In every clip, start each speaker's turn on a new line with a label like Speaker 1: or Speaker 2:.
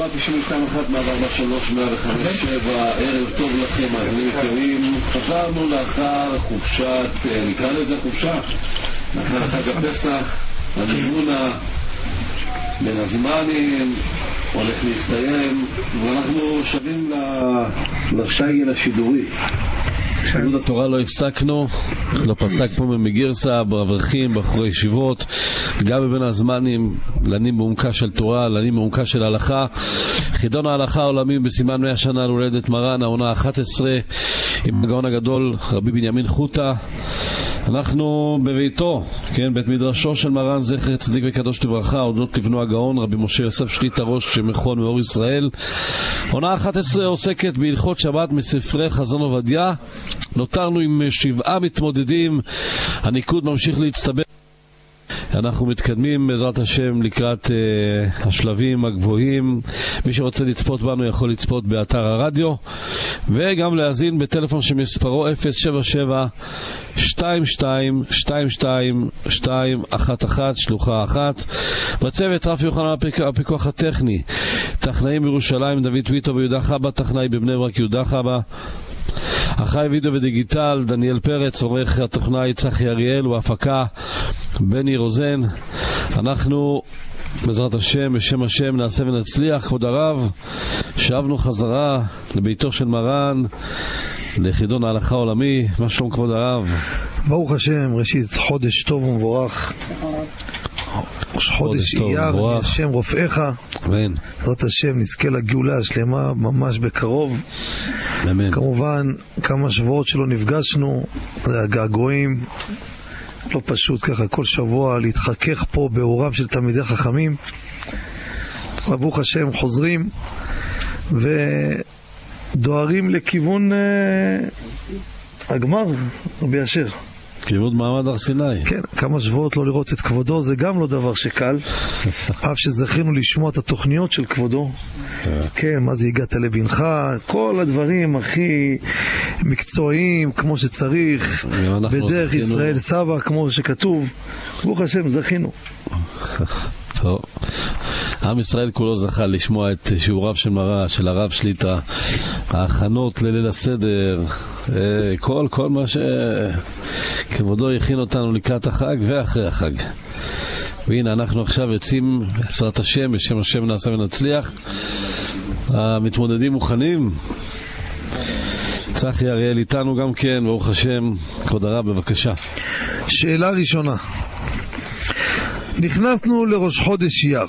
Speaker 1: 92.143.105.7. ערב טוב לכם, מאזינים יקרים. חזרנו לאחר חופשת, נקרא לזה חופשה, לאחר חג הפסח, הלימונה בין הזמנים הולך להסתיים, ואנחנו שבים לשייגל השידורי. לימוד התורה לא הפסקנו, לא פסק פה ממגירסה, באברכים, בחורי ישיבות, גם בבין הזמנים, לנים בעומקה של תורה, לנים בעומקה של הלכה. חידון ההלכה העולמי בסימן 100 שנה להולדת מרן, העונה 11, עם הגאון הגדול רבי בנימין חוטה. אנחנו בביתו, כן, בית מדרשו של מרן זכר צדיק וקדוש לברכה, הודות לבנו הגאון רבי משה יוסף שליט"א ראש מכון מאור ישראל. עונה 11 עוסקת בהלכות שבת מספרי חזון עובדיה. נותרנו עם 7 מתמודדים, הניקוד ממשיך להצטבר. אנחנו מתקדמים בעזרת השם לקראת השלבים הגבוהים. מי שרוצה לצפות בנו יכול לצפות באתר הרדיו, וגם להאזין בטלפון שמספרו 077-2222-211 שלוחה 1. בצוות רפי יוחנן הפיקוח הטכני, טכנאים בירושלים דוד טוויטו ויהודה חבא, טכנאי בבני ברק יהודה חבא, אחראי וידאו ודיגיטל דניאל פרץ, עורך התוכנה צחי אריאל, והפקה בני רוזן. אנחנו בעזרת השם, בשם השם נעשה ונצליח. כבוד הרב, שבנו חזרה לביתו של מרן, לחידון ההלכה העולמי. מה שלום כבוד הרב? ברוך השם, ראשית חודש טוב ומבורך, חודש אייר, השם רופאיך, אמן. זאת השם נזכה לגאולה השלמה ממש בקרוב, אמן. כמובן כמה שבועות שלא נפגשנו, זה הגעגועים, לא פשוט ככה כל שבוע להתחכך פה באורם של תלמידי חכמים. ברוך השם חוזרים ודוארים לכיוון הגמר, רבי אשר, כיוון מעמד הר סיני. כן, כמה שבועות לא לראות את כבודו זה גם לא דבר שקל, אף שזכינו לשמוע את התוכניות של כבודו. כן, מה זה הגעת לבנך, כל הדברים הכי מקצועיים כמו שצריך, בדרך ישראל סבא כמו שכתוב. ברוך השם זכינו. טוב, עם ישראל כולו זכה לשמוע את שיעוריו של מרן, של הרב שליט"א, ההכנות לליל הסדר, כל מה שכבודו הכין אותנו לקראת החג ואחרי החג. והנה אנחנו עכשיו יוצאים בעזרת השם, בשם השם נעשה ונצליח. המתמודדים מוכנים? צחי אריאל איתנו גם כן, ברוך השם. כבוד הרב בבקשה. שאלה ראשונה, נכנסנו לראש חודש אייר,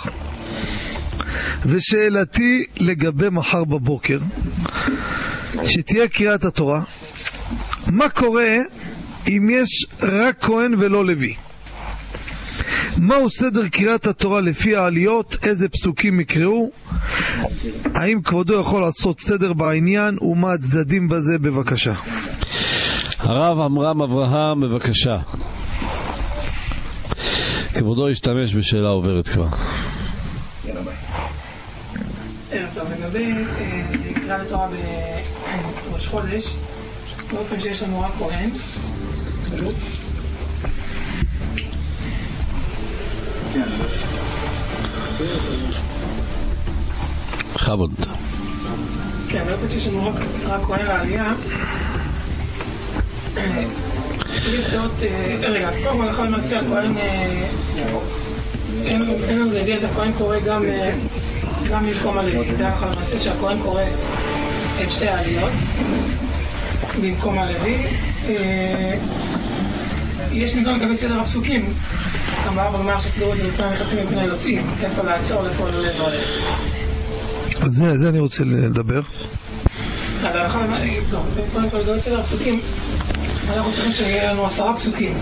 Speaker 1: ושאלתי לגבי מחר בבוקר שתהיה קריאת התורה, מה קורה אם יש רק כהן ולא לוי? מהו סדר קריאת התורה לפי העליות? איזה פסוקים יקראו? האם כבודו יכול לעשות סדר בעניין, ומה הצדדים בזה? בבקשה. הרב עמרם אברהם בבקשה. כבודו ישתמש בשאלה עוברת כבר.
Speaker 2: טוב, לגבי קריאת התורה בראש חודש, באופן שיש לנו רק כהן,
Speaker 1: חבוד.
Speaker 2: כן, באופן שיש לנו רק כהן לעלייה, רגע, קודם כל אנחנו למעשה הכהן, אין לנו להביא את הכהן קורא גם במקום הלוי. זה אנחנו למעשה שהכהן קורא את שתי העליות במקום הלוי. יש נידון לגבי סדר הפסוקים, כמה בגמר שכדורות ולפני הנכנסים מפני יוצאים, איפה לעצור לכל עולה ועולה.
Speaker 3: זה אני רוצה לדבר.
Speaker 2: אז אנחנו קודם כל לגבי סדר הפסוקים, אנחנו צריכים שיהיה לנו 10 פסוקים,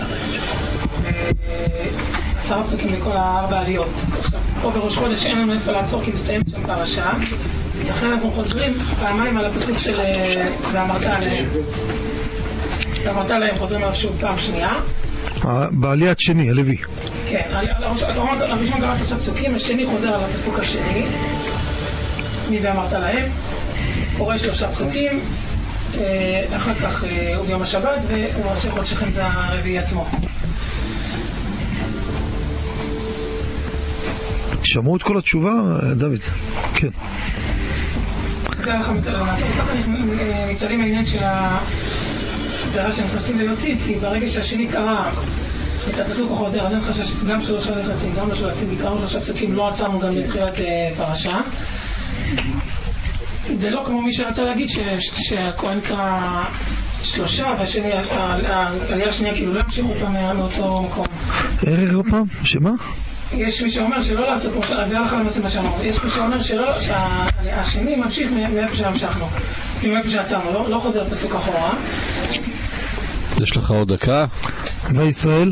Speaker 2: 10 פסוקים לכל 4 עליות. עכשיו, פה בראש חודש אין לנו איפה לעצור כי מסתיים שם פרשה, לכן אנחנו חוזרים פעמיים על הפסוק של ואמרת עליהם. ואמרת עליהם חוזרים עליו שוב פעם שנייה.
Speaker 3: בעליית שני, הלוי.
Speaker 2: כן, הראשון קראת 3 פסוקים, השני חוזר על הפסוק השני, מי ואמרת להם, קורא 3 פסוקים, אחר כך הוא ביום השבת, והוא ראשי חודשכם זה הרביעי עצמו.
Speaker 3: שמעו את כל התשובה, דוד? כן.
Speaker 2: זה לך מצלם. ככה ניצלים העניין של הזרה שנכנסים ויוצאים, כי ברגע שהשני קרא את הפסוק החוזר, אז אין חשש גם שלושה נכנסים, גם שלושה יוצאים, קראנו שלושה פסוקים, לא עצרנו גם בתחילת פרשה. זה לא כמו מי שרצה להגיד שהכהן קרא שלושה, והשני, העלייה השנייה כאילו לא המשיכו פעם מאותו מקום.
Speaker 3: עוד פעם? שמה?
Speaker 2: יש מי שאומר שלא לעשות כמו זה הלכה למעשה מה שאמרנו. יש מי שאומר שהשני ממשיך מאיפה שהמשכנו, מאיפה שעצרנו, לא חוזר פסוק אחורה.
Speaker 1: יש לך עוד דקה?
Speaker 3: וישראל?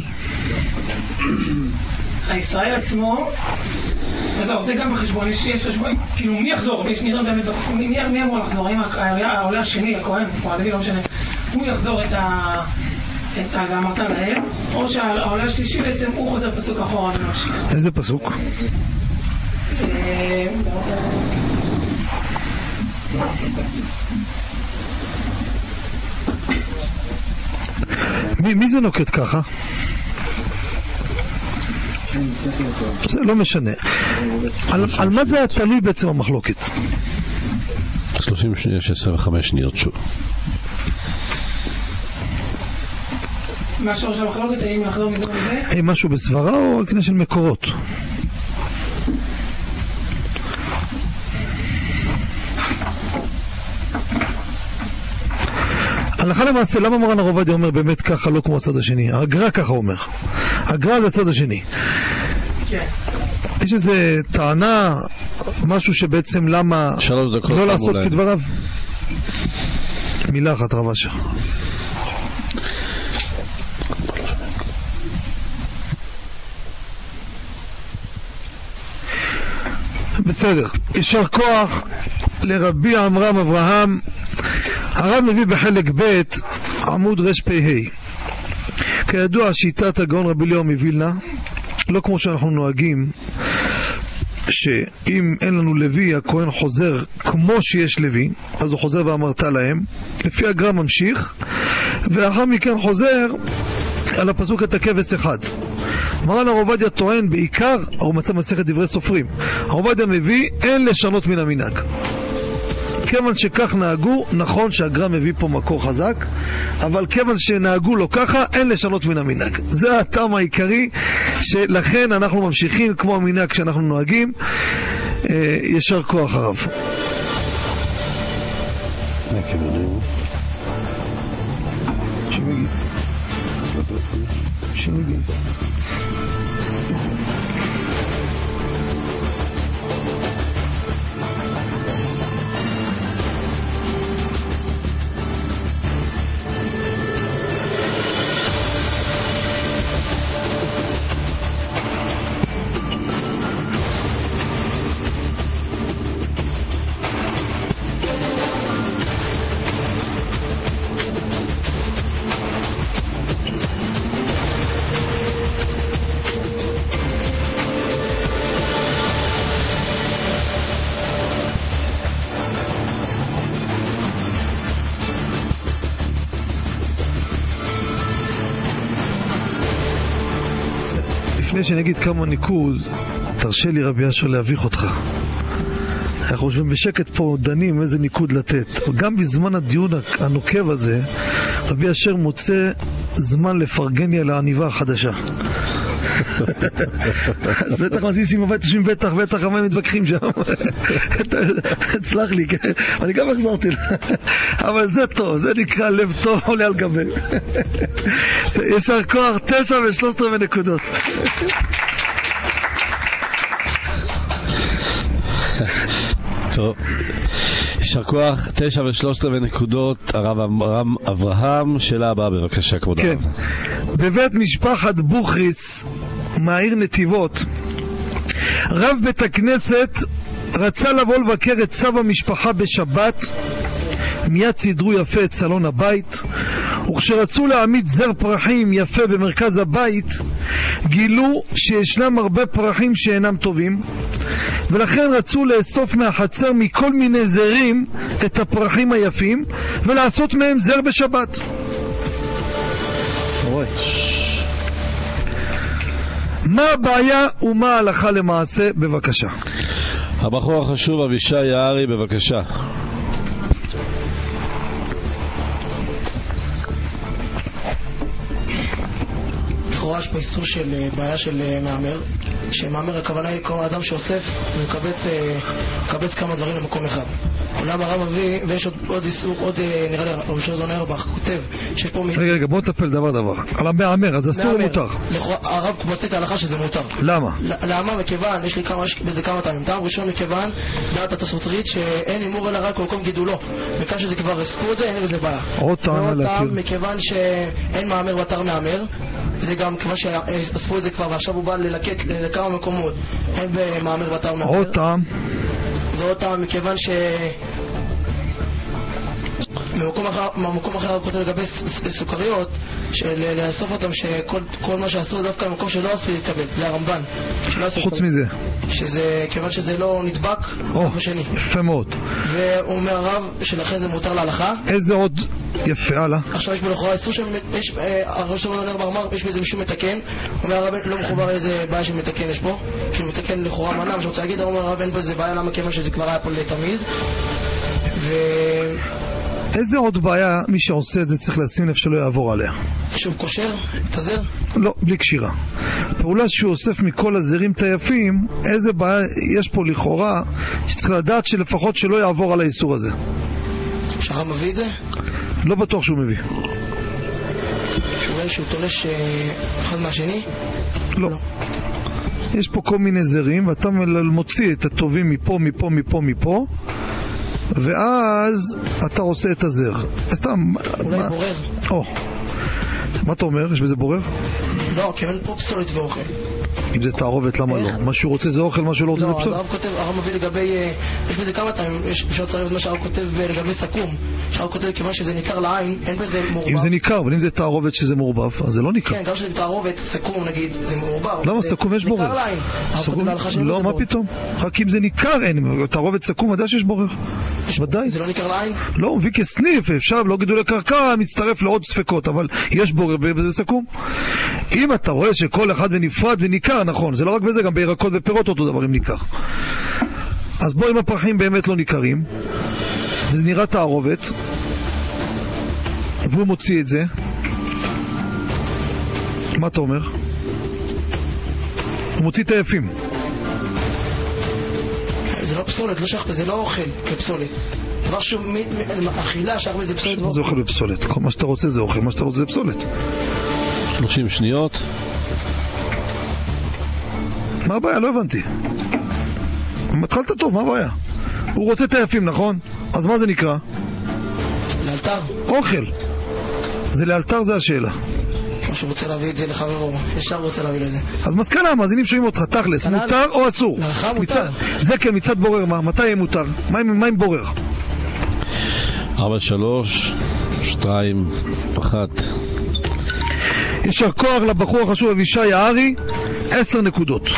Speaker 2: הישראל עצמו, וזהו, זה גם בחשבון, יש חשבון, כאילו מי יחזור, ויש נראה באמת, מי אמור לחזור, האם העולה השני, הכהן, או הלוי, לא משנה, הוא יחזור את ואמרת להם, או שהעולה השלישי בעצם הוא חוזר פסוק אחורה וממשיך.
Speaker 3: איזה פסוק? מי זה נוקט ככה? זה לא משנה. על מה זה תלוי בעצם המחלוקת?
Speaker 1: 30 שניות, 25 שניות שוב.
Speaker 2: מה שורש המחלוקת, האם לחזור מזה ומזה?
Speaker 3: משהו בסברה או רק של מקורות? הלכה למעשה, למה מרן הרב עובדיה אומר באמת ככה, לא כמו הצד השני? הגר"א ככה אומר. הגר"א זה הצד השני.
Speaker 2: כן.
Speaker 3: יש איזה טענה, משהו שבעצם למה לא לעשות כדבריו? מילה אחת רב אשר. בסדר, יישר כוח לרבי עמרם אברהם. הרב מביא בחלק ב' עמוד רפ"ה. כידוע שיטת הגאון רבי אליהו מווילנה, לא כמו שאנחנו נוהגים, שאם אין לנו לוי הכהן חוזר כמו שיש לוי, אז הוא חוזר ואמרת להם, לפי הגר"א ממשיך, ואחר מכן חוזר על הפסוק את הכבש אחד. מרן הרב עובדיה טוען בעיקר, הוא מצא מסכת דברי סופרים, הרב עובדיה מביא אין לשנות מן המנהג. כיוון שכך נהגו, נכון שהגר"א מביא פה מקור חזק, אבל כיוון שנהגו לא ככה, אין לשנות מן המנהג. זה הטעם העיקרי, שלכן אנחנו ממשיכים כמו המנהג שאנחנו נוהגים. ישר כוח הרב. שמגיע. לפני שנגיד כמה ניקוד, תרשה לי רבי אשר להביך אותך. אנחנו חושבים בשקט פה דנים איזה ניקוד לתת. גם בזמן הדיון הנוקב הזה, רבי אשר מוצא זמן לפרגניה לעניבה החדשה. אז בטח מזיזים בבית, יושבים בטח, אבל הם מתווכחים שם. הצלח לי, אני גם החזרתי לה. אבל זה טוב, זה נקרא לב טוב עולה על גבי. ישר כוח 9 ו13 נקודות.
Speaker 1: טוב, יישר כוח 9 ו13 נקודות. הרב עמרם אברהם, שאלה הבאה בבקשה כבוד הרב.
Speaker 3: כן, בבית משפחת בוכריס מהעיר נתיבות, רב בית הכנסת רצה לבוא לבקר את סב המשפחה בשבת. מיד סידרו יפה את סלון הבית, וכשרצו להעמיד זר פרחים יפה במרכז הבית, גילו שישנם הרבה פרחים שאינם טובים, ולכן רצו לאסוף מהחצר מכל מיני זרים את הפרחים היפים ולעשות מהם זר בשבת. מה הבעיה ומה ההלכה למעשה? בבקשה.
Speaker 4: הבחור החשוב אבישי יערי, בבקשה.
Speaker 5: לכאורה יש פה איסור של בעיה של מאמר, שמאמר הכוונה היא כל אדם שאוסף ומקבץ כמה דברים למקום אחד. עולם הרב מביא, ויש עוד איסור, עוד נראה לי רבי שלזון איירבך כותב שיש פה...
Speaker 3: רגע, בוא נטפל דבר. על המאמר, אז אסור או מותר?
Speaker 5: הרב פוסק להלכה שזה מותר.
Speaker 3: למה?
Speaker 5: למה? מכיוון, יש בזה כמה טעמים. טעם ראשון מכיוון, דעת התוספות שאין הימור אלא רק במקום גידולו. וכאן שזה כבר עסקו את זה, אין בזה בעיה.
Speaker 3: עוד טעם
Speaker 5: מכיוון שאין מאמר ואתר מאמר, זה גם כיוון שאספו את זה כבר ועכשיו הוא בא ללקט לכמה מקומות, אין במאמר ואתר מאמר.
Speaker 3: עוד טעם.
Speaker 5: ועוד טעם מכיוון ממקום אחר הוא כותב לגבי סוכריות, לאסוף אותם שכל מה שעשו דווקא במקום שלא עשו להתקבל, זה הרמב"ן.
Speaker 3: חוץ מזה.
Speaker 5: כיוון שזה לא נדבק בשני.
Speaker 3: יפה מאוד.
Speaker 5: והוא אומר הרב שלכן זה מותר להלכה.
Speaker 3: איזה עוד יפה, הלאה. עכשיו
Speaker 5: יש בו לכאורה איסור הרב שלזון איירבך אמר, יש בזה משום מתקן. אומר הרב לא מחובר איזה בעיה של מתקן יש פה, כאילו מתקן לכאורה מנה, מה שרוצה להגיד, אומר הרב אין בו איזה בעיה, למה כיוון שזה כבר היה פה לתמיד.
Speaker 3: איזה עוד בעיה מי שעושה את זה צריך לשים לב שלא יעבור עליה?
Speaker 5: שהוא קושר את הזר?
Speaker 3: לא, בלי קשירה. פעולה שהוא אוסף מכל הזרים את היפים, איזה בעיה יש פה לכאורה שצריך לדעת שלפחות שלא יעבור על האיסור הזה.
Speaker 5: שהרב מביא את זה?
Speaker 3: לא בטוח שהוא מביא.
Speaker 5: שאולי שהוא תולש אחד מהשני?
Speaker 3: לא. יש פה כל מיני זרים ואתה מוציא את הטובים מפה ואז אתה עושה את הזר.
Speaker 5: אולי בורר.
Speaker 3: מה אתה אומר? יש בזה בורר?
Speaker 5: לא, כי אין פה פסולת ואוכל.
Speaker 3: אם זה תערובת, למה לא? מה שהוא רוצה זה אוכל, מה שהוא לא רוצה זה פסולת.
Speaker 5: לא, הרב כותב, הרב מביא לגבי, יש בזה כמה טעמים, אפשר לצרף את מה שהרב כותב לגבי סכום. שהרב כותב כיוון שזה ניכר לעין, אין בזה מעורבב.
Speaker 3: אם זה ניכר, אבל אם זה תערובת שזה מעורבב, אז זה לא ניכר.
Speaker 5: כן, גם שזה תערובת, סכום נגיד, זה מעורבב.
Speaker 3: למה? סכום יש בורר.
Speaker 5: ניכר לעין.
Speaker 3: לא, מה פתאום? רק אם זה ניכר, אין. תערובת סכום, ודאי שיש בורר. ודאי.
Speaker 5: זה לא ניכר לעין?
Speaker 3: לא, מביא כסניף, אפשר, לא גידולי קרקע, מצטרף לעוד ספקות, אבל יש בורר בסכום. אם אתה רואה שכל אחד בנפרד וניכר, נכון, זה לא רק בזה, גם בירקות ופירות אותו דבר אם ניכר. אז בוא, אם הפרחים באמת לא ניכרים, וזה נראה תערובת, והוא מוציא את זה, מה אתה אומר? הוא מוציא את היפים.
Speaker 5: זה לא פסולת, לא שייך, זה לא אוכל כפסולת. דבר שהוא אכילה, שייך בזה פסולת.
Speaker 3: זה אוכל ופסולת. כל מה שאתה רוצה זה אוכל, מה שאתה רוצה זה פסולת.
Speaker 4: 30 שניות.
Speaker 3: מה הבעיה? לא הבנתי. התחלת טוב, מה הבעיה? הוא רוצה את היפים, נכון? אז מה זה נקרא?
Speaker 5: לאלתר.
Speaker 3: אוכל. זה לאלתר, זה השאלה.
Speaker 5: כמו שהוא רוצה להביא את זה לחברו, ישר רוצה להביא לו את זה.
Speaker 3: אז מסקנה, המאזינים שומעים אותך, תכלס, מותר או אסור?
Speaker 5: להלכה מותר.
Speaker 3: זה כן, מצד בורר, מה? מתי יהיה מותר? מה עם בורר?
Speaker 4: 4, 3, 2, 1.
Speaker 3: ישר כוח לבחור החשוב אבישי יערי, 10 נקודות.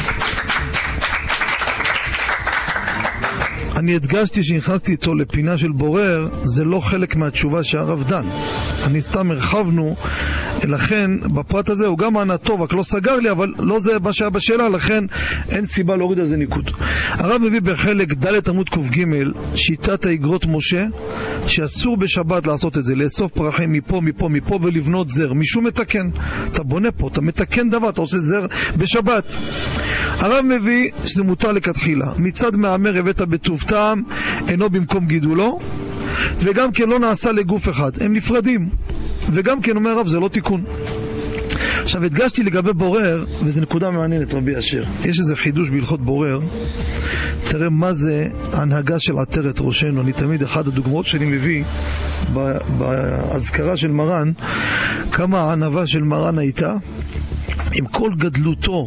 Speaker 3: אני הדגשתי שנכנסתי איתו לפינה של בורר, זה לא חלק מהתשובה שהרב דן. אני סתם הרחבנו, לכן בפרט הזה הוא גם ענה טוב, רק לא סגר לי, אבל לא זה מה שהיה בשאלה, לכן אין סיבה להוריד על זה ניקוד. הרב מביא בחלק ד' עמוד ק"ג שיטת האגרות משה, שאסור בשבת לעשות את זה, לאסוף פרחים מפה ולבנות זר, משום מתקן. אתה בונה פה, אתה מתקן דבר, אתה עושה זר בשבת. הרב מביא שזה מותר לכתחילה. מצד מאמר הבאת בטוב טעם, אינו במקום גידולו, וגם כן לא נעשה לגוף אחד, הם נפרדים. וגם כן אומר הרב, זה לא תיקון. עכשיו הדגשתי לגבי בורר, וזו נקודה מעניינת רבי אשר. יש איזה חידוש בהלכות בורר. תראה מה זה ההנהגה של עטרת ראשנו. אני תמיד אחד הדוגמאות שאני מביא בהזכרה של מרן, כמה הענווה של מרן הייתה, עם כל גדלותו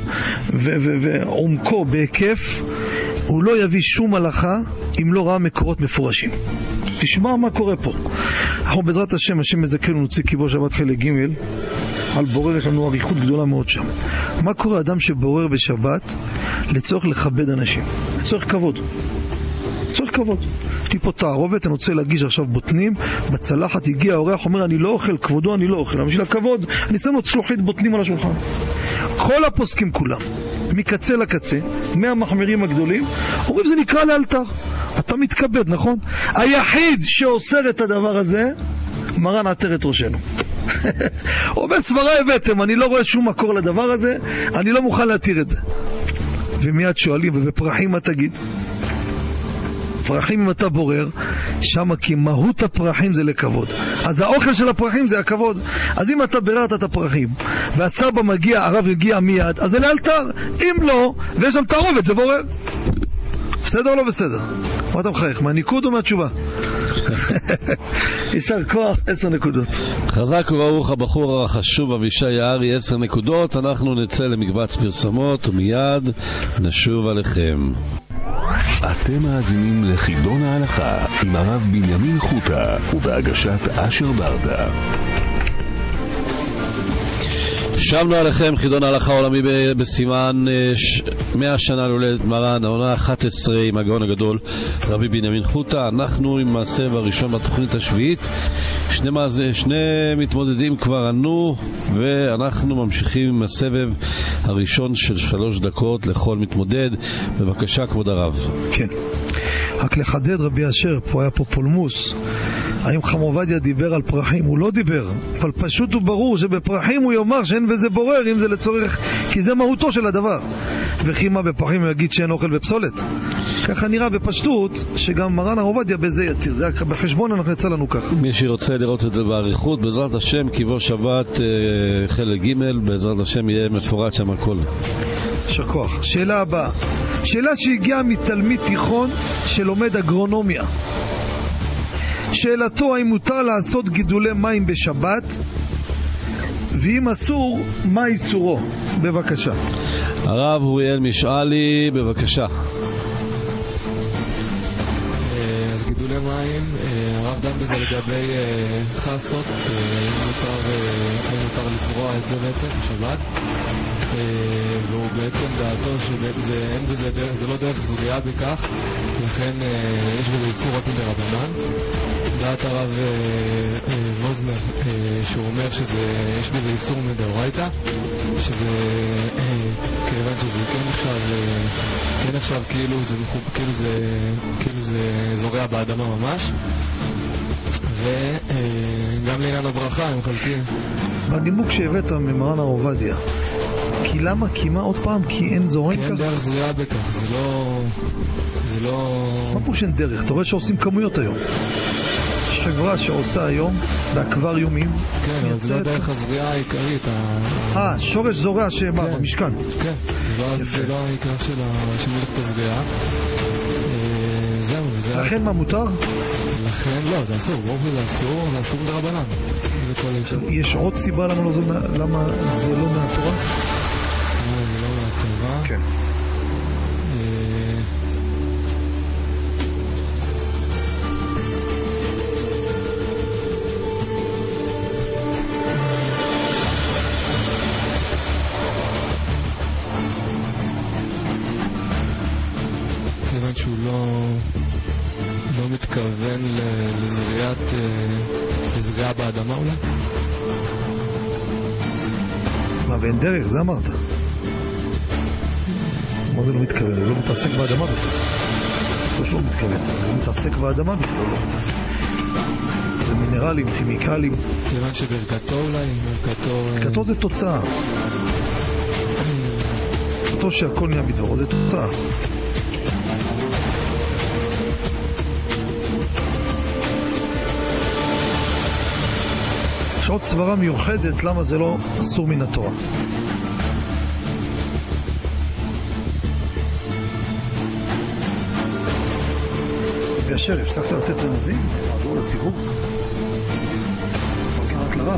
Speaker 3: ועומקו בהיקף, הוא לא יביא שום הלכה אם לא ראה מקורות מפורשים. תשמע מה קורה פה. אנחנו בעזרת השם מזכרנו נוציא קיבו שבת חלק ג' על בורר, יש לנו אריכות גדולה מאוד שם. מה קורה אדם שבורר בשבת לצורך לכבד אנשים, לצורך כבוד, לצורך כבוד. יש לי פה תערובת, אני רוצה להגיש עכשיו בוטנים בצלחת, הגיע האורח, אומר אני לא אוכל, כבודו אני לא אוכל, אבל בשביל הכבוד אני שם לו צלוחית בוטנים על השולחן. כל הפוסקים כולם, מקצה לקצה, מהמחמירים הגדולים, אומרים זה נקרא לאלתר. אתה מתכבד, נכון? היחיד שאוסר את הדבר הזה, מרן עטר את ראשנו. הוא אומר, סברה הבאתם, אני לא רואה שום מקור לדבר הזה, אני לא מוכן להתיר את זה. ומיד שואלים, ובפרחים מה תגיד? פרחים אם אתה בורר, שמה כי מהות הפרחים זה לכבוד. אז האוכל של הפרחים זה הכבוד. אז אם אתה ביררת את הפרחים, והסבא מגיע, הרב יגיע מיד, אז זה לאלתר. אם לא, ויש שם תערובת, זה בורר. בסדר או לא בסדר? מה אתה מחייך? מהניקוד או מהתשובה? יישר כוח, 10 נקודות.
Speaker 4: חזק וברוך הבחור החשוב אבישי יערי, 10 נקודות. אנחנו נצא למקבץ פרסמות ומיד נשוב עליכם.
Speaker 6: אתם מאזינים לחידון ההלכה עם הרב בנימין חוטה ובהגשת אשר ברדה.
Speaker 4: שבנו עליכם חידון ההלכה העולמי בסימן 100 שנה להולדת מרן, העונה 11 עם הגאון הגדול רבי בנימין חוטה. אנחנו עם הסבב הראשון בתוכנית השביעית. שני מתמודדים כבר ענו, ואנחנו ממשיכים עם הסבב הראשון של 3 דקות לכל מתמודד. בבקשה כבוד הרב.
Speaker 3: כן, רק לחדד רבי אשר, פה היה פה פולמוס, האם חכם עובדיה דיבר על פרחים? הוא לא דיבר, אבל פשוט וברור שבפרחים הוא יאמר שאין בזה בורר, אם זה לצורך, כי זה מהותו של הדבר. וכי מה בפרחים הוא יגיד שאין אוכל בפסולת? ככה נראה בפשטות שגם מרן הרב עובדיה בזה יתיר, זה בחשבון אנחנו יצא לנו ככה.
Speaker 4: מי שרוצה לראות את זה בעריכות, בעזרת השם כיבוא שבת חלק ג', בעזרת השם יהיה מפורט שם הכל.
Speaker 3: יישר כוח. שאלה הבאה, שאלה שהגיעה מתלמיד תיכון שלומד אגרונומיה. שאלתו, האם מותר לעשות גידולי מים בשבת, ואם אסור, מה איסורו? בבקשה.
Speaker 4: הרב אוריאל משאלי, בבקשה.
Speaker 7: אז גידולי מים, הרב דן בזה לגבי חסות, אם מותר לזרוע את זה בעצם בשבת, והוא בעצם דעתו שאין בזה דרך, זה לא דרך זריעה בכך, לכן יש בזה איסור רק ברבנן. דעת הרב ווזנר, שהוא אומר שיש בזה איסור מדאורייתא, שזה כיוון שזה כן נחשב כאילו זה זורע באדמה ממש, וגם לעניין הברכה הם חלקים.
Speaker 3: בנימוק שהבאת ממרן הרב עובדיה, כי למה? כי מה עוד פעם? כי אין זורעים ככה?
Speaker 7: כי אין דרך זריעה בכך, זה לא...
Speaker 3: מה פה שאין דרך? אתה רואה שעושים כמויות היום. יש חברה שעושה היום באקווריומים.
Speaker 7: כן, אבל זה לא דרך הזריעה העיקרית.
Speaker 3: שורש זורע שמה? במשכן.
Speaker 7: כן, זה לא העיקר של מלאכת הזריעה. זהו.
Speaker 3: לכן מה מותר?
Speaker 7: לכן לא, זה אסור. ברור שזה אסור, זה אסור מדרבנן.
Speaker 3: יש עוד סיבה למה זה לא מהתורה?
Speaker 7: זה לא מהתורה?
Speaker 3: כן.
Speaker 7: כיוון שהוא לא מתכוון לזריעה באדמה אולי?
Speaker 3: מה, ואין דרך? זה אמרת. מה זה לא מתכוון? הוא לא מתעסק באדמה בכלל. לא שלא מתכוון, הוא מתעסק באדמה בכלל, הוא לא מתעסק. זה מינרלים, כימיקלים.
Speaker 7: כיוון שברכתו אולי?
Speaker 3: ברכתו זה תוצאה. ברכתו שהכל נהיה בדברו, זה תוצאה. יש עוד סברה מיוחדת למה זה לא אסור מן התורה. ואשר, הפסקת לתת לנזים? לעזור לציבור? מגיע רק לרב.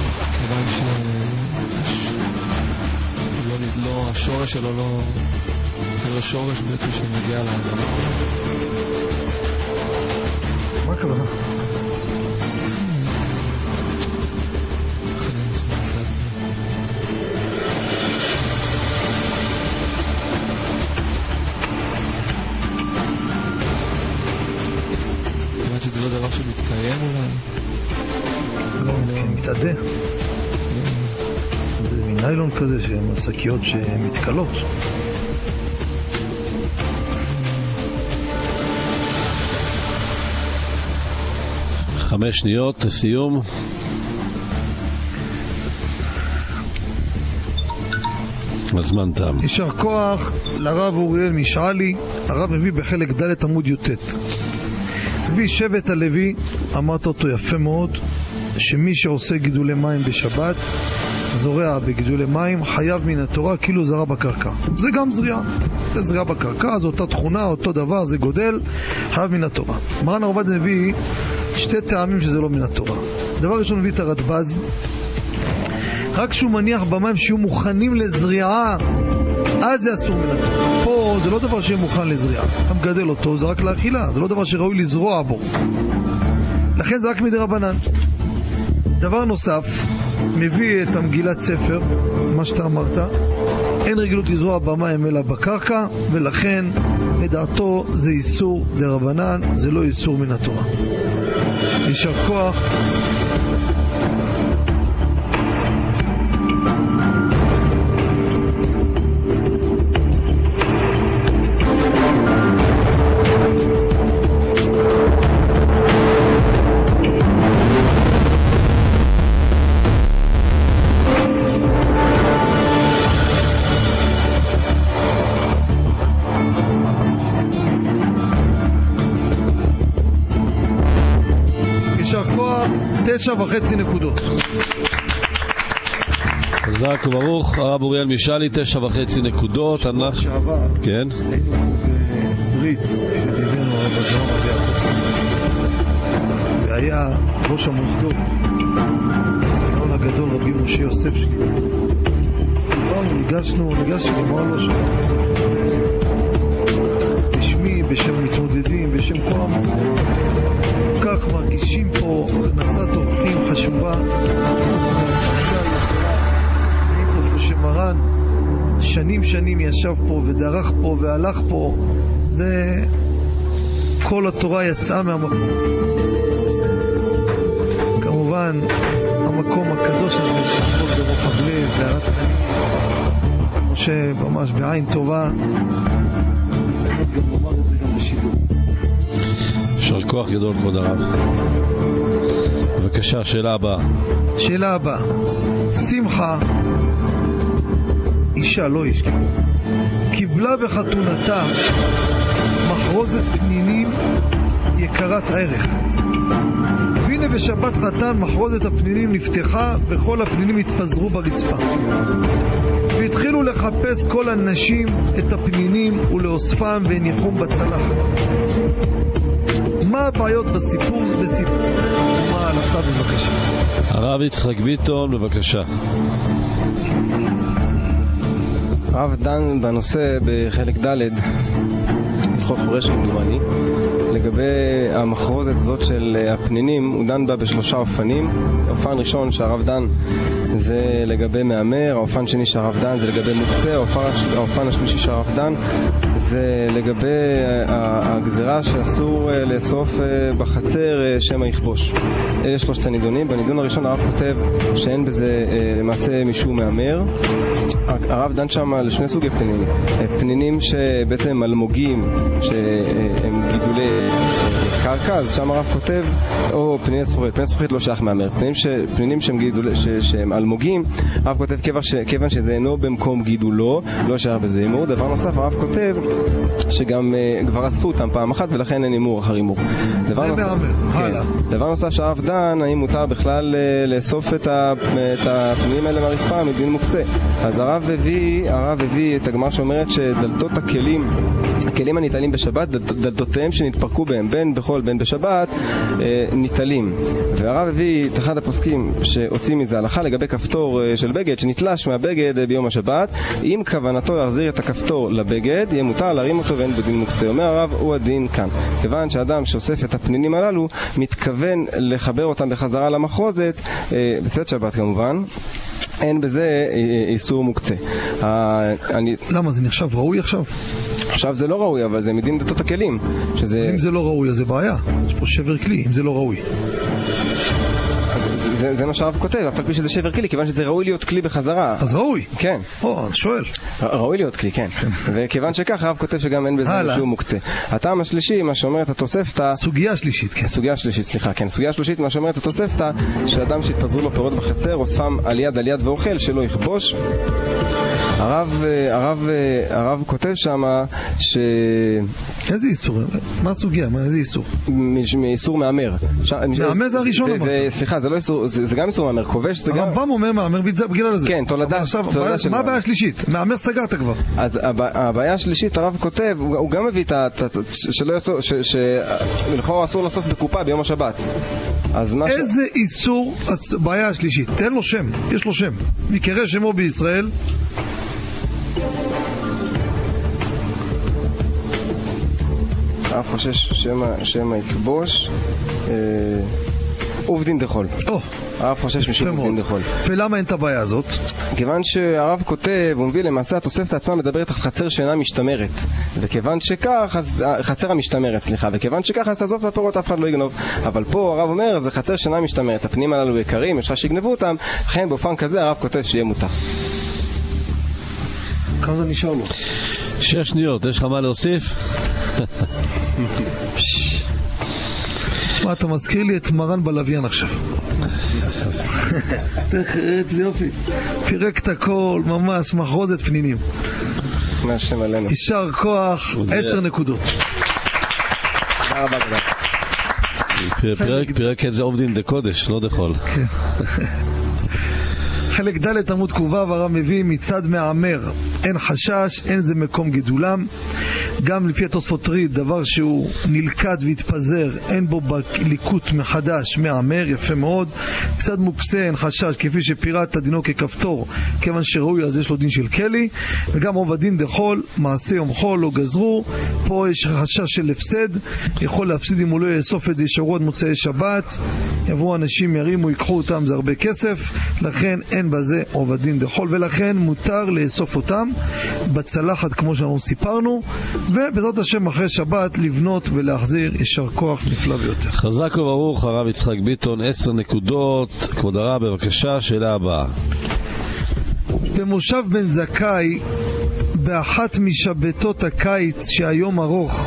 Speaker 7: כיוון שהשורש שלו אין לו שורש בעצם שמגיע לאדמה.
Speaker 3: מה הכוונה?
Speaker 7: כמעט שזה לא דבר שמתקיים אולי?
Speaker 3: לא, זה מתעדה. זה מניילון כזה שהן השקיות שמתקלות.
Speaker 4: חמש שניות לסיום. הזמן תם.
Speaker 3: יישר כוח לרב אוריאל משעלי. הרב מביא בחלק ד' עמוד י"ט. מביא שבט הלוי, אמרת אותו יפה מאוד, שמי שעושה גידולי מים בשבת, זורע בגידולי מים, חייב מן התורה כאילו זרע בקרקע. זה גם זריעה. זה זריעה בקרקע, זו אותה תכונה, אותו דבר, זה גודל, חייב מן התורה. מרן הרב עובדיה מביא שתי טעמים שזה לא מן התורה. דבר ראשון מביא את הרדב"ז, רק כשהוא מניח במים שיהיו מוכנים לזריעה, אז זה אסור מן התורה. פה זה לא דבר שיהיה מוכן לזריעה. אתה מגדל אותו, זה רק לאכילה, זה לא דבר שראוי לזרוע בו. לכן זה רק מדרבנן. דבר נוסף, מביא את המגילת ספר, מה שאתה אמרת, אין רגילות לזרוע במים אלא בקרקע, ולכן לדעתו זה איסור דרבנן, זה לא איסור מן התורה. יישר כוח. תשע וחצי נקודות.
Speaker 4: חזק וברוך. הרב אוריאל משעלי, 9.5 נקודות.
Speaker 3: שעבר
Speaker 4: כן,
Speaker 3: היינו בברית ידידנו הרב הגאון רבי יעקב, והיה ראש המוסדות הגאון הגדול רבי משה יוסף שלי. ניגשנו ואמר לו בשמי, בשם המתמודדים, בשם כל המוסדות, כך מרגישים פה הכנסת אורחים חשובה, שמרן שנים ישב פה ודרך פה והלך פה, זה כל התורה יצאה מהמקום הזה. כמובן המקום הקדוש הזה שכל ברוחב לב והרת פנים, משה ממש בעין טובה, גם לומר את זה גם בשידור.
Speaker 4: יישר כוח גדול כבוד הרב. בבקשה, שאלה הבאה.
Speaker 3: שאלה הבאה. שמחה, אישה לא איש, קיבלה בחתונתה מחרוזת פנינים יקרת ערך, והנה בשבת חתן מחרוזת הפנינים נפתחה וכל הפנינים התפזרו ברצפה, והתחילו לחפש כל הנשים את הפנינים ולאוספם והניחום בצלחת. מה הבעיות בסיפור ומה ההלכה? בבקשה.
Speaker 4: הרב יצחק ביטון, בבקשה.
Speaker 8: הרב דן בנושא בחלק ד' הלכות חורש כמדומני, לגבי המחרוזת הזאת של הפנינים. הוא דן בה בשלושה אופנים. האופן ראשון שהרב דן זה לגבי מאמר, האופן שני שהרב דן זה לגבי מוקצה, האופן השלישי שהרב דן זה לגבי הגזרה שאסור לאסוף בחצר שמא יכבוש. אלה שלושת הנידונים. בנידון הראשון הרב כותב שאין בזה למעשה משום מאמר. הרב דן שם על שני סוגי פנינים, פנינים שבעצם אלמוגים שהם גידולי קרקע, אז שם הרב כותב, או פניני זכוכית. פניני זכוכית לא שייך מאמר. פנינים שהם אלמוגים, הרב כותב כיוון שזה אינו במקום גידולו, לא שייך בזה אימור. דבר נוסף, הרב כותב שגם כבר אספו אותם פעם אחת ולכן אין אימור אחר אימור.
Speaker 3: זה מאמר. הלאה.
Speaker 8: דבר נוסף שהרב דן, האם מותר בכלל לאסוף את הפנינים האלה מהרצפה מדין מוקצה. אז הרב הביא את הגמרא שאומרת שדלתות הכלים הניטלים בשבת, דלתותיהם שנתפרקו בהם, בין בכל בחול בין בשבת, ניטלים. והרב הביא את אחד הפוסקים שהוציא מזה הלכה לגבי כפתור של בגד שנתלש מהבגד ביום השבת. אם כוונתו להחזיר את הכפתור לבגד, יהיה מותר להרים אותו ואין בדין מוקצה. אומר הרב, הוא הדין כאן. כיוון שאדם שאוסף את הפנינים הללו מתכוון לחבר אותם בחזרה למחרוזת, בסדר שבת כמובן, אין בזה איסור מוקצה.
Speaker 3: למה? זה נחשב ראוי עכשיו?
Speaker 8: עכשיו זה לא ראוי, אבל זה מדין דתות הכלים.
Speaker 3: אם זה לא ראוי, אז זה בעיה. יש פה שבר כלי, אם זה לא ראוי.
Speaker 8: זה מה שהרב כותב, אף על פי שזה שבר כלי, כיוון שזה ראוי להיות כלי בחזרה.
Speaker 3: אז ראוי?
Speaker 8: כן.
Speaker 3: שואל.
Speaker 8: ראוי להיות כלי, כן. וכיוון שכך, הרב כותב שגם אין בזה משהו מוקצה. הטעם השלישי, מה שאומרת התוספתא...
Speaker 3: סוגיה שלישית, כן.
Speaker 8: סוגיה שלישית, סליחה, כן. סוגיה שלישית, מה שאומרת התוספתא, שאדם שהתפזרו לו פירות בחצר, אוספם על יד ואוכל, שלא יכבוש. הרב כותב שמה
Speaker 3: איזה איסור? מה הסוגיה? איזה איסור?
Speaker 8: מאיסור מאמר.
Speaker 3: מאמר זה הראשון אמרת.
Speaker 8: סליחה, זה לא איסור, זה גם איסור מאמר. כובש זה גם...
Speaker 3: הרמב"ם אומר מאמר בגלל זה.
Speaker 8: כן, תולדה.
Speaker 3: עכשיו, מה הבעיה השלישית? מאמר סגרת כבר.
Speaker 8: אז הבעיה השלישית, הרב כותב, הוא גם מביא שלכאורה אסור לאסוף בקופה ביום השבת.
Speaker 3: איזה איסור? הבעיה השלישית. תן לו שם, יש לו שם. מקרא שמו בישראל.
Speaker 8: הרב חושש שמא יכבוש עובדין דחול. הרב חושש משום עובדין דחול.
Speaker 3: ולמה אין את הבעיה הזאת?
Speaker 8: כיוון שהרב כותב, הוא מביא למעשה התוספתא עצמה מדברת על חצר שאינה משתמרת, וכיוון שכך, חצר המשתמרת, סליחה, וכיוון שכך אז תעזוב והפירות אף אחד לא יגנוב. אבל פה הרב אומר, זה חצר שאינה משתמרת, הפנים הללו יקרים, יש לך שיגנבו אותם, לכן באופן כזה הרב כותב שיהיה מותר.
Speaker 3: כמה זה נשאר לו?
Speaker 4: 6 שניות, יש לך מה להוסיף?
Speaker 3: מה, אתה מזכיר לי את מרן בלוויין עכשיו. זה יופי. פירק את הכל, ממש, מחרוזת פנינים.
Speaker 8: מהשם עלינו.
Speaker 3: יישר כוח, 10 נקודות.
Speaker 8: תודה רבה, תודה.
Speaker 4: פירק את זה עובדין דקודש, לא דחול.
Speaker 3: חלק ד' עמוד ק"ו, הרב מביא מצד מאמר אין חשש, אין זה מקום גידולם. גם לפי התוספות ריד, דבר שהוא נלכד והתפזר, אין בו ליקוט מחדש מאמר, יפה מאוד. מצד מוקצה אין חשש, כפי שפירט דינו ככפתור, כיוון שראוי אז יש לו דין של כלי. וגם רוב הדין דחול, מעשה יום חול לא גזרו. פה יש חשש של הפסד, יכול להפסיד אם הוא לא יאסוף את זה, ישארו עד מוצאי שבת, יבואו אנשים ירימו, ייקחו אותם, זה הרבה כסף, לכן אין בזה רוב הדין דחול, ולכן מותר לאסוף אותם בצלחת כמו שאנחנו סיפרנו, ובעזרת השם אחרי שבת לבנות ולהחזיר. יישר כוח נפלא ביותר.
Speaker 4: חזק וברוך הרב יצחק ביטון, 10 נקודות. כבוד הרב, בבקשה, שאלה הבאה.
Speaker 3: במושב בן זכאי, באחת משבתות הקיץ שהיום ארוך,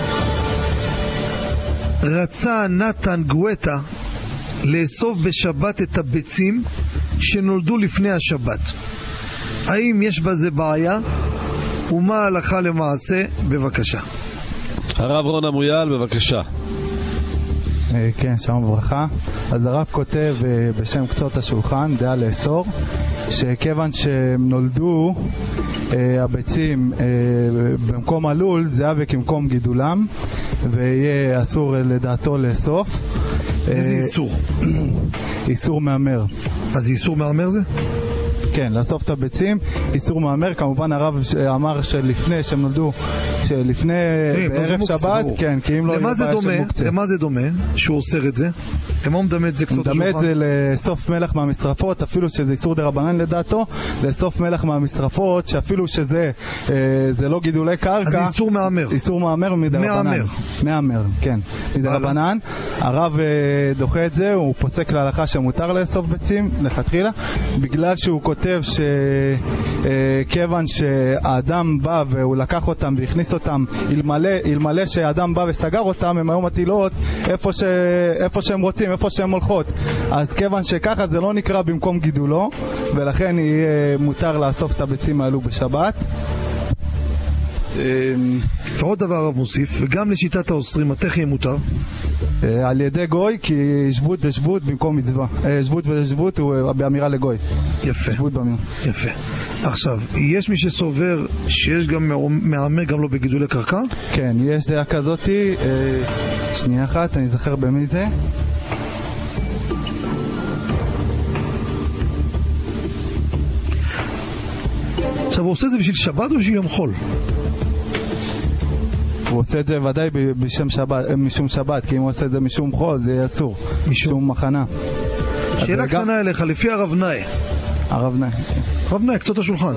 Speaker 3: רצה נתן גואטה לאסוף בשבת את הביצים שנולדו לפני השבת. האם יש בזה בעיה? ומה ההלכה למעשה? בבקשה.
Speaker 4: הרב רון אמויאל, בבקשה.
Speaker 9: כן, שלום וברכה. אז הרב כותב בשם קצות השולחן, דעה לאסור, שכיוון שהם נולדו הביצים במקום הלול, זה אבק במקום גידולם, ויהיה אסור לדעתו לאסוף.
Speaker 3: איזה איסור?
Speaker 9: איסור מאמר.
Speaker 3: אז איסור מאמר זה?
Speaker 9: כן, לאסוף את הביצים, איסור מאמר. כמובן הרב אמר שלפני שהם נולדו, שלפני בערב שבת, כן, כי אם לא יהיה בעיה של מוקצה.
Speaker 3: למה זה דומה שהוא אוסר את זה? למה הוא מדמה את זה קצות השולחן?
Speaker 9: הוא מדמה את זה לאסוף מלח מהמשרפות, אפילו שזה איסור דרבנן לדעתו, לאסוף מלח מהמשרפות, שאפילו שזה זה לא גידולי קרקע.
Speaker 3: אז איסור מאמר.
Speaker 9: איסור מאמר מדרבנן. מאמר, כן. מדרבנן. הרב דוחה את זה, הוא פוסק להלכה שמותר לאסוף ביצים, לכתחילה, בגלל שהוא כותב שכיוון שהאדם בא והוא לקח אותם והכניס אותם, אלמלא שהאדם בא וסגר אותם, הם היו מטילות איפה שהם רוצים, איפה שהם הולכות. אז כיוון שככה זה לא נקרא במקום גידולו, ולכן יהיה מותר לאסוף את הביצים האלו בשבת.
Speaker 3: ועוד דבר הרב מוסיף, וגם לשיטת האוסרים, מתי יהיה מותר?
Speaker 9: על ידי גוי, כי שבות ושבות במקום מצווה. שבות ושבות הוא באמירה לגוי.
Speaker 3: יפה.
Speaker 9: שבות באמירה.
Speaker 3: יפה. עכשיו, יש מי שסובר שיש גם מהמר גם לא בגידולי קרקע?
Speaker 9: כן, יש דעה כזאתי, שנייה אחת, אני זוכר במי זה.
Speaker 3: עכשיו, הוא עושה את זה בשביל שבת או בשביל יום חול?
Speaker 9: הוא עושה את זה ודאי משום שבת, כי אם הוא עושה את זה משום חול זה אסור, משום מחנה.
Speaker 3: שאלה קטנה אליך, לפי הרב נאי.
Speaker 9: הרב נאי.
Speaker 3: הרב נאי, קצות השולחן.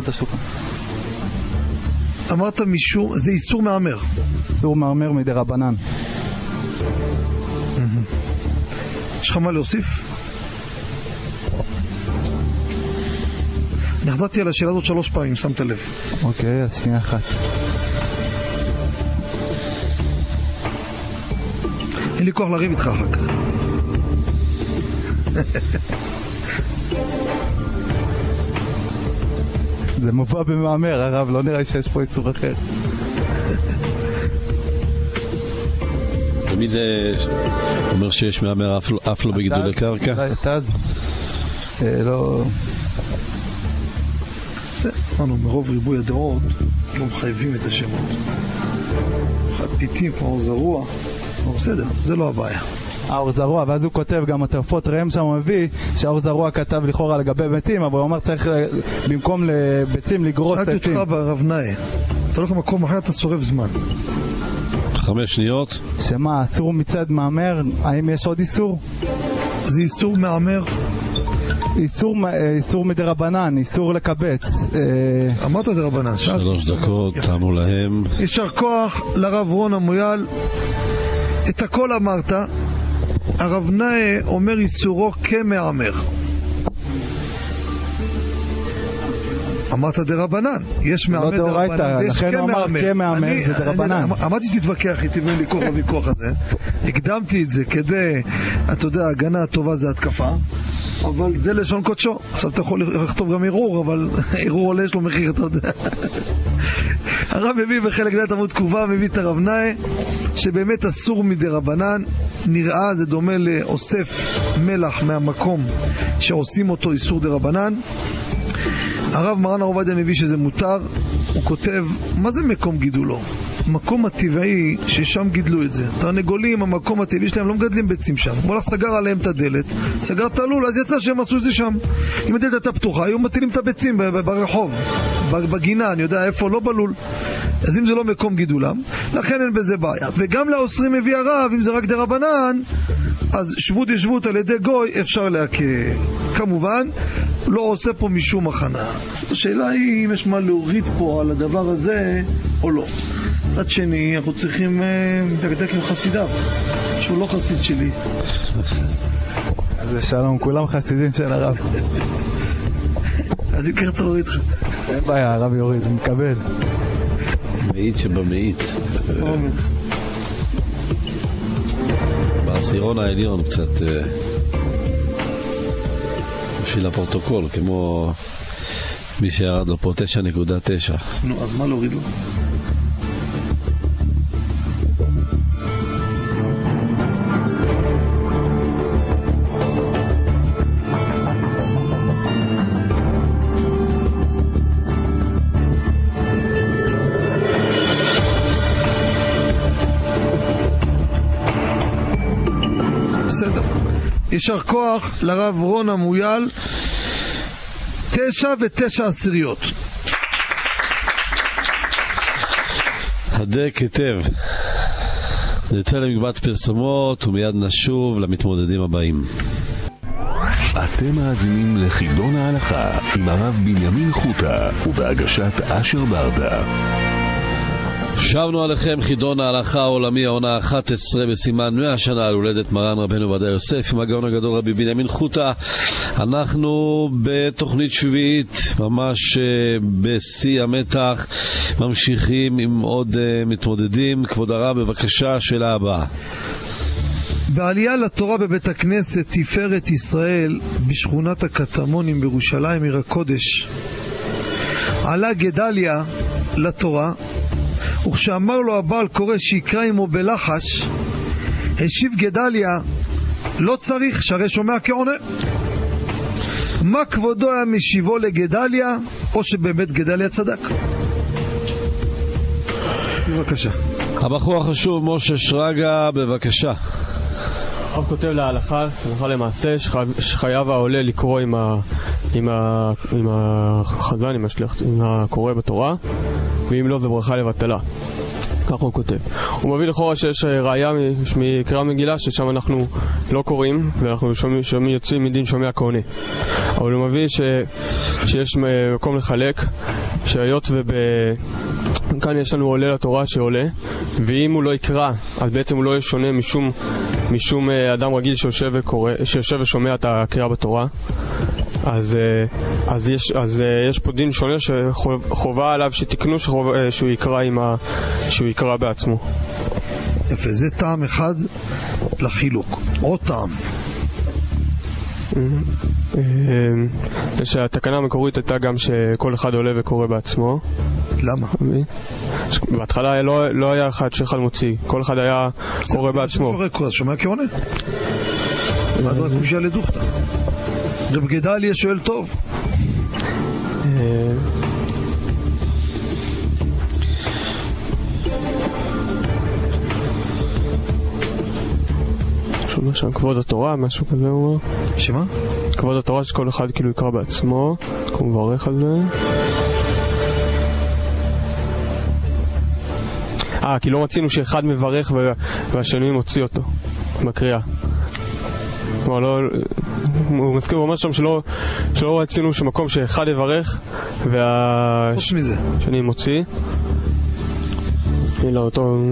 Speaker 3: אמרת משום, זה איסור מהמר.
Speaker 9: איסור מהמר מדי רבנן.
Speaker 3: יש לך מה להוסיף? נחזרתי על השאלה הזאת 3 פעמים, שמת לב.
Speaker 9: אוקיי, אז שנייה אחת.
Speaker 3: אין לי כוח לריב איתך אחר כך.
Speaker 9: זה מובא במאמר, הרב, לא נראה שיש פה איסור אחר.
Speaker 4: ומי זה אומר שיש מאמר אף לא בגידולי קרקע?
Speaker 9: אתה לא...
Speaker 3: זה, אמרנו, מרוב ריבוי הדעות לא מחייבים את השמות. אחד פיתים כמו זרוע, בסדר, זה לא הבעיה.
Speaker 9: האור זרוע, ואז הוא כותב גם התרפות ראם שם, הוא מביא שהאור זרוע כתב לכאורה לגבי ביצים, אבל הוא אומר צריך במקום לביצים לגרוס עצים.
Speaker 3: שאלתי אותך ברב נאי, אתה הולך למקום אחר, אתה שורף זמן.
Speaker 4: 5 שניות.
Speaker 9: שמה, אסור מצד מאמר? האם יש עוד איסור?
Speaker 3: זה איסור מאמר?
Speaker 9: איסור מדי רבנן, איסור לקבץ.
Speaker 3: אמרת דרבנן.
Speaker 4: 3 דקות, תמו להם.
Speaker 3: יישר כוח לרב רון המויאל. את הכל אמרת. הרב נאי אומר איסורו כמאמר. אמרת דרבנן. יש מאמר דרבנן ויש כמאמר, זה דרבנן. אמרתי שתתווכח איתי ואין לי כוח לוויכוח הזה. הקדמתי את זה כדי, אתה יודע, הגנה הטובה זה התקפה, אבל זה לשון קודשו. עכשיו אתה יכול לכתוב גם ערעור, אבל ערעור עולה יש לו מחיר, אתה יודע. הרב מביא בחלק ד' עמוד תקובה, מביא את הרב נאי שבאמת אסור מדי רבנן. נראה זה דומה לאוסף מלח מהמקום שעושים אותו איסור די רבנן. הרב מרן הרב עובדיה מביא שזה מותר. הוא כותב, מה זה מקום גידולו? מקום הטבעי ששם גידלו את זה. תרנגולים, המקום הטבעי שלהם לא מגדלים ביצים שם. הוא הולך סגר עליהם את הדלת, סגר את הלול, אז יצא שהם עשו את זה שם. אם הדלת הייתה פתוחה, היו מטילים את הביצים ברחוב, בגינה, אני יודע איפה, לא בלול. אז אם זה לא מקום גידולם, לכן אין בזה בעיה. וגם לאוסרים מביא הרב, אם זה רק דרבנן, אז שבות ישבות על ידי גוי אפשר להקל. כמובן, לא עושה פה משום הכנה. השאלה היא אם יש מה להוריד פה על הדבר הזה או לא. צד שני, אנחנו צריכים לדקדק עם חסידיו, שהוא לא חסיד שלי.
Speaker 9: אז שלום, כולם חסידים של הרב.
Speaker 3: אז אם כך צריך להוריד לך.
Speaker 9: אין בעיה, הרב יוריד, הוא מקבל.
Speaker 4: מאית שבמאית. בעשירון העליון קצת בשביל הפרוטוקול, כמו מי שירד לו פה 9.9.
Speaker 3: נו, אז מה להוריד לו? יישר כוח לרב רון המויאל. 9 ו9.
Speaker 4: הדק היטב. נצא למקבץ פרסומות ומיד נשוב למתמודדים הבאים.
Speaker 6: אתם מאזינים לחידון ההלכה עם הרב בנימין חוטה ובהגשת אשר ברדה.
Speaker 4: שבנו עליכם חידון ההלכה העולמי העונה 11 בסימן 100 שנה על הולדת מרן רבנו עובדיה יוסף עם הגאון הגדול רבי בנימין חוטה. אנחנו בתוכנית שביעית, ממש בשיא המתח, ממשיכים עם עוד מתמודדים. כבוד הרב, בבקשה, שאלה הבאה.
Speaker 3: בעלייה לתורה בבית הכנסת תפארת ישראל בשכונת הקטמונים בירושלים עיר הקודש, עלה גדליה לתורה, וכשאמר לו הבעל קורא שיקרא עמו בלחש, השיב גדליה, לא צריך, שהרי שומע כעונה. מה כבודו היה משיבו לגדליה, או שבאמת גדליה צדק? בבקשה.
Speaker 8: הבחור החשוב משה שרגא, בבקשה.
Speaker 7: הרב כותב להלכה למעשה שחייב העולה לקרוא עם החזן, עם הקורא בתורה, ואם לא זה ברכה לבטלה. ככה הוא כותב. הוא מביא לכאורה שיש ראיה מקריאה מגילה ששם אנחנו לא קוראים ואנחנו יוצאים מדין שומע כהונה. אבל הוא מביא שיש מקום לחלק, שהיות כאן יש לנו עולה לתורה שעולה, ואם הוא לא יקרא אז בעצם הוא לא יהיה שונה משום אדם רגיל שיושב ושומע את הקריאה בתורה. אז יש פה דין שונה שחובה עליו שתקנו שהוא יקרא בעצמו.
Speaker 3: יפה, זה טעם אחד לחילוק. עוד טעם.
Speaker 7: שהתקנה המקורית הייתה גם שכל אחד עולה וקורא בעצמו.
Speaker 3: למה?
Speaker 7: בהתחלה לא היה אחד שאחד מוציא, כל אחד היה קורא בעצמו.
Speaker 3: שומע כעונה? עד רק קושיה לדוכתא. רב גדליה שואל טוב.
Speaker 7: שומע שם כבוד התורה, משהו כזה הוא אומר.
Speaker 3: שמה?
Speaker 7: כבוד התורה שכל אחד כאילו יקרא בעצמו, הוא מברך על זה. כי לא רצינו שאחד מברך והשני מוציא אותו בקריאה. הוא מזכיר, הוא אומר שם שלא רצינו שמקום שאחד יברך והשני מוציא. לא אותו.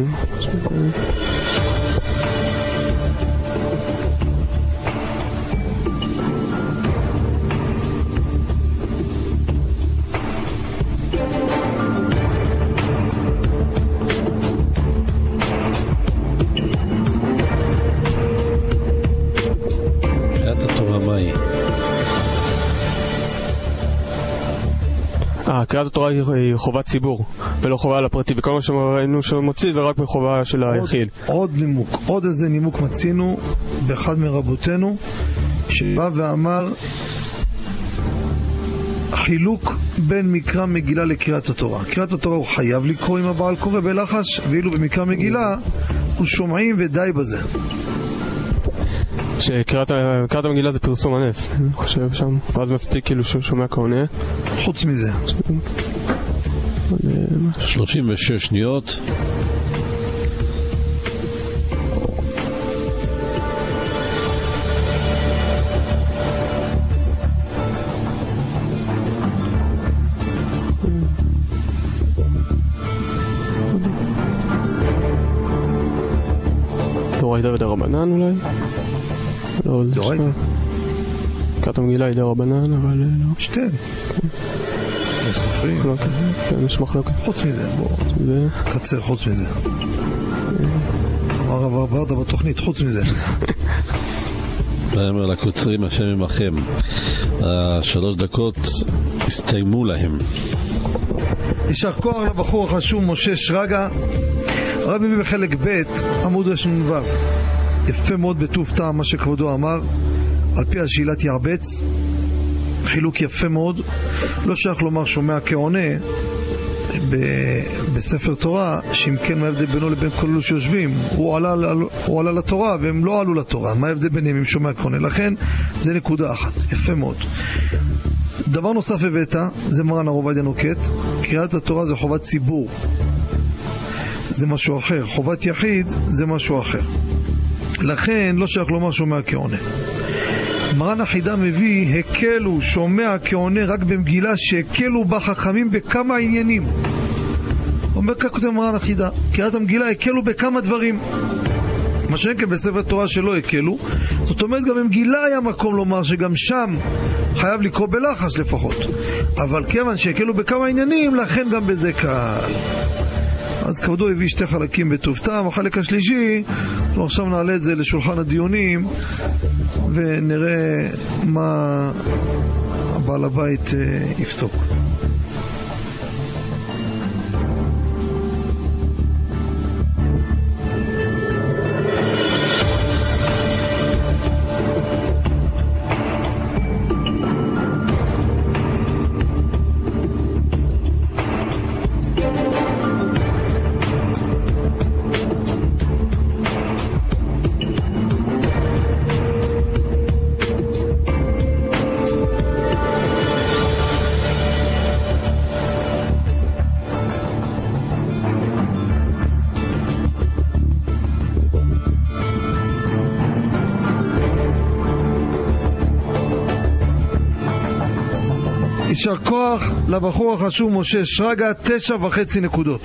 Speaker 7: קריאת התורה היא חובת ציבור ולא חובה על הפרטי, וכל מה שראינו שמוציא זה רק בחובה של היחיד.
Speaker 3: עוד איזה נימוק מצינו באחד מרבותינו שבא ואמר חילוק בין מקרא מגילה לקריאת התורה. קריאת התורה הוא חייב לקרוא עם הבעל קורא בלחש, ואילו במקרא מגילה הוא שומעים ודי בזה.
Speaker 7: שקריאת המגילה זה פרסום הנס, אני חושב שם, ואז מספיק כאילו שומע כהונה.
Speaker 3: חוץ מזה
Speaker 4: 36 שניות.
Speaker 7: דורייתא ודרבנן אולי?
Speaker 3: דורייתא.
Speaker 7: קריאת המגילה היא דרבנן, אבל לא.
Speaker 3: שתיהן. סופרים.
Speaker 7: כן, יש מחלוקת.
Speaker 3: חוץ מזה, בואו. קצר חוץ מזה. אמר רב ברדה בתוכנית, חוץ מזה.
Speaker 4: ואמר לקוצרים השם עמכם. 3 דקות הסתיימו להם.
Speaker 3: יישר כוח לבחור החשוב משה שרגא. הרב מביא בחלק ב' עמוד רנ"ו. יפה מאוד בטוב טעם מה שכבודו אמר על פי השאלת ירבץ, חילוק יפה מאוד. לא שייך לומר שומע כעונה בספר תורה, שאם כן מה ההבדל בינו לבין כל אלו שיושבים? הוא עלה לתורה והם לא עלו לתורה, מה ההבדל ביניהם אם שומע כעונה? לכן זה נקודה אחת, יפה מאוד. דבר נוסף הבאת, זה מרן הרב עובדיה נוקט, קריאת התורה זה חובת ציבור, זה משהו אחר. חובת יחיד זה משהו אחר, לכן לא שייך לומר שומע כעונה. מרן החידה מביא הקלו שומע כעונה רק במגילה שהקלו בה חכמים בכמה עניינים. אומר כך כותב מרן החידה, קריאת המגילה הקלו בכמה דברים, מה שאין כן בספר תורה שלא הקלו. זאת אומרת גם במגילה היה מקום לומר שגם שם חייב לקרוא בלחש לפחות, אבל כיוון שהקלו בכמה עניינים לכן גם בזה קל. אז כבודו הביא 2 חלקים בטוב טעם. החלק השלישי, אנחנו עכשיו נעלה את זה לשולחן הדיונים ונראה מה הבעל הבית יפסוק. יישר כוח לבחור החשוב משה שרגא, 9.5 נקודות.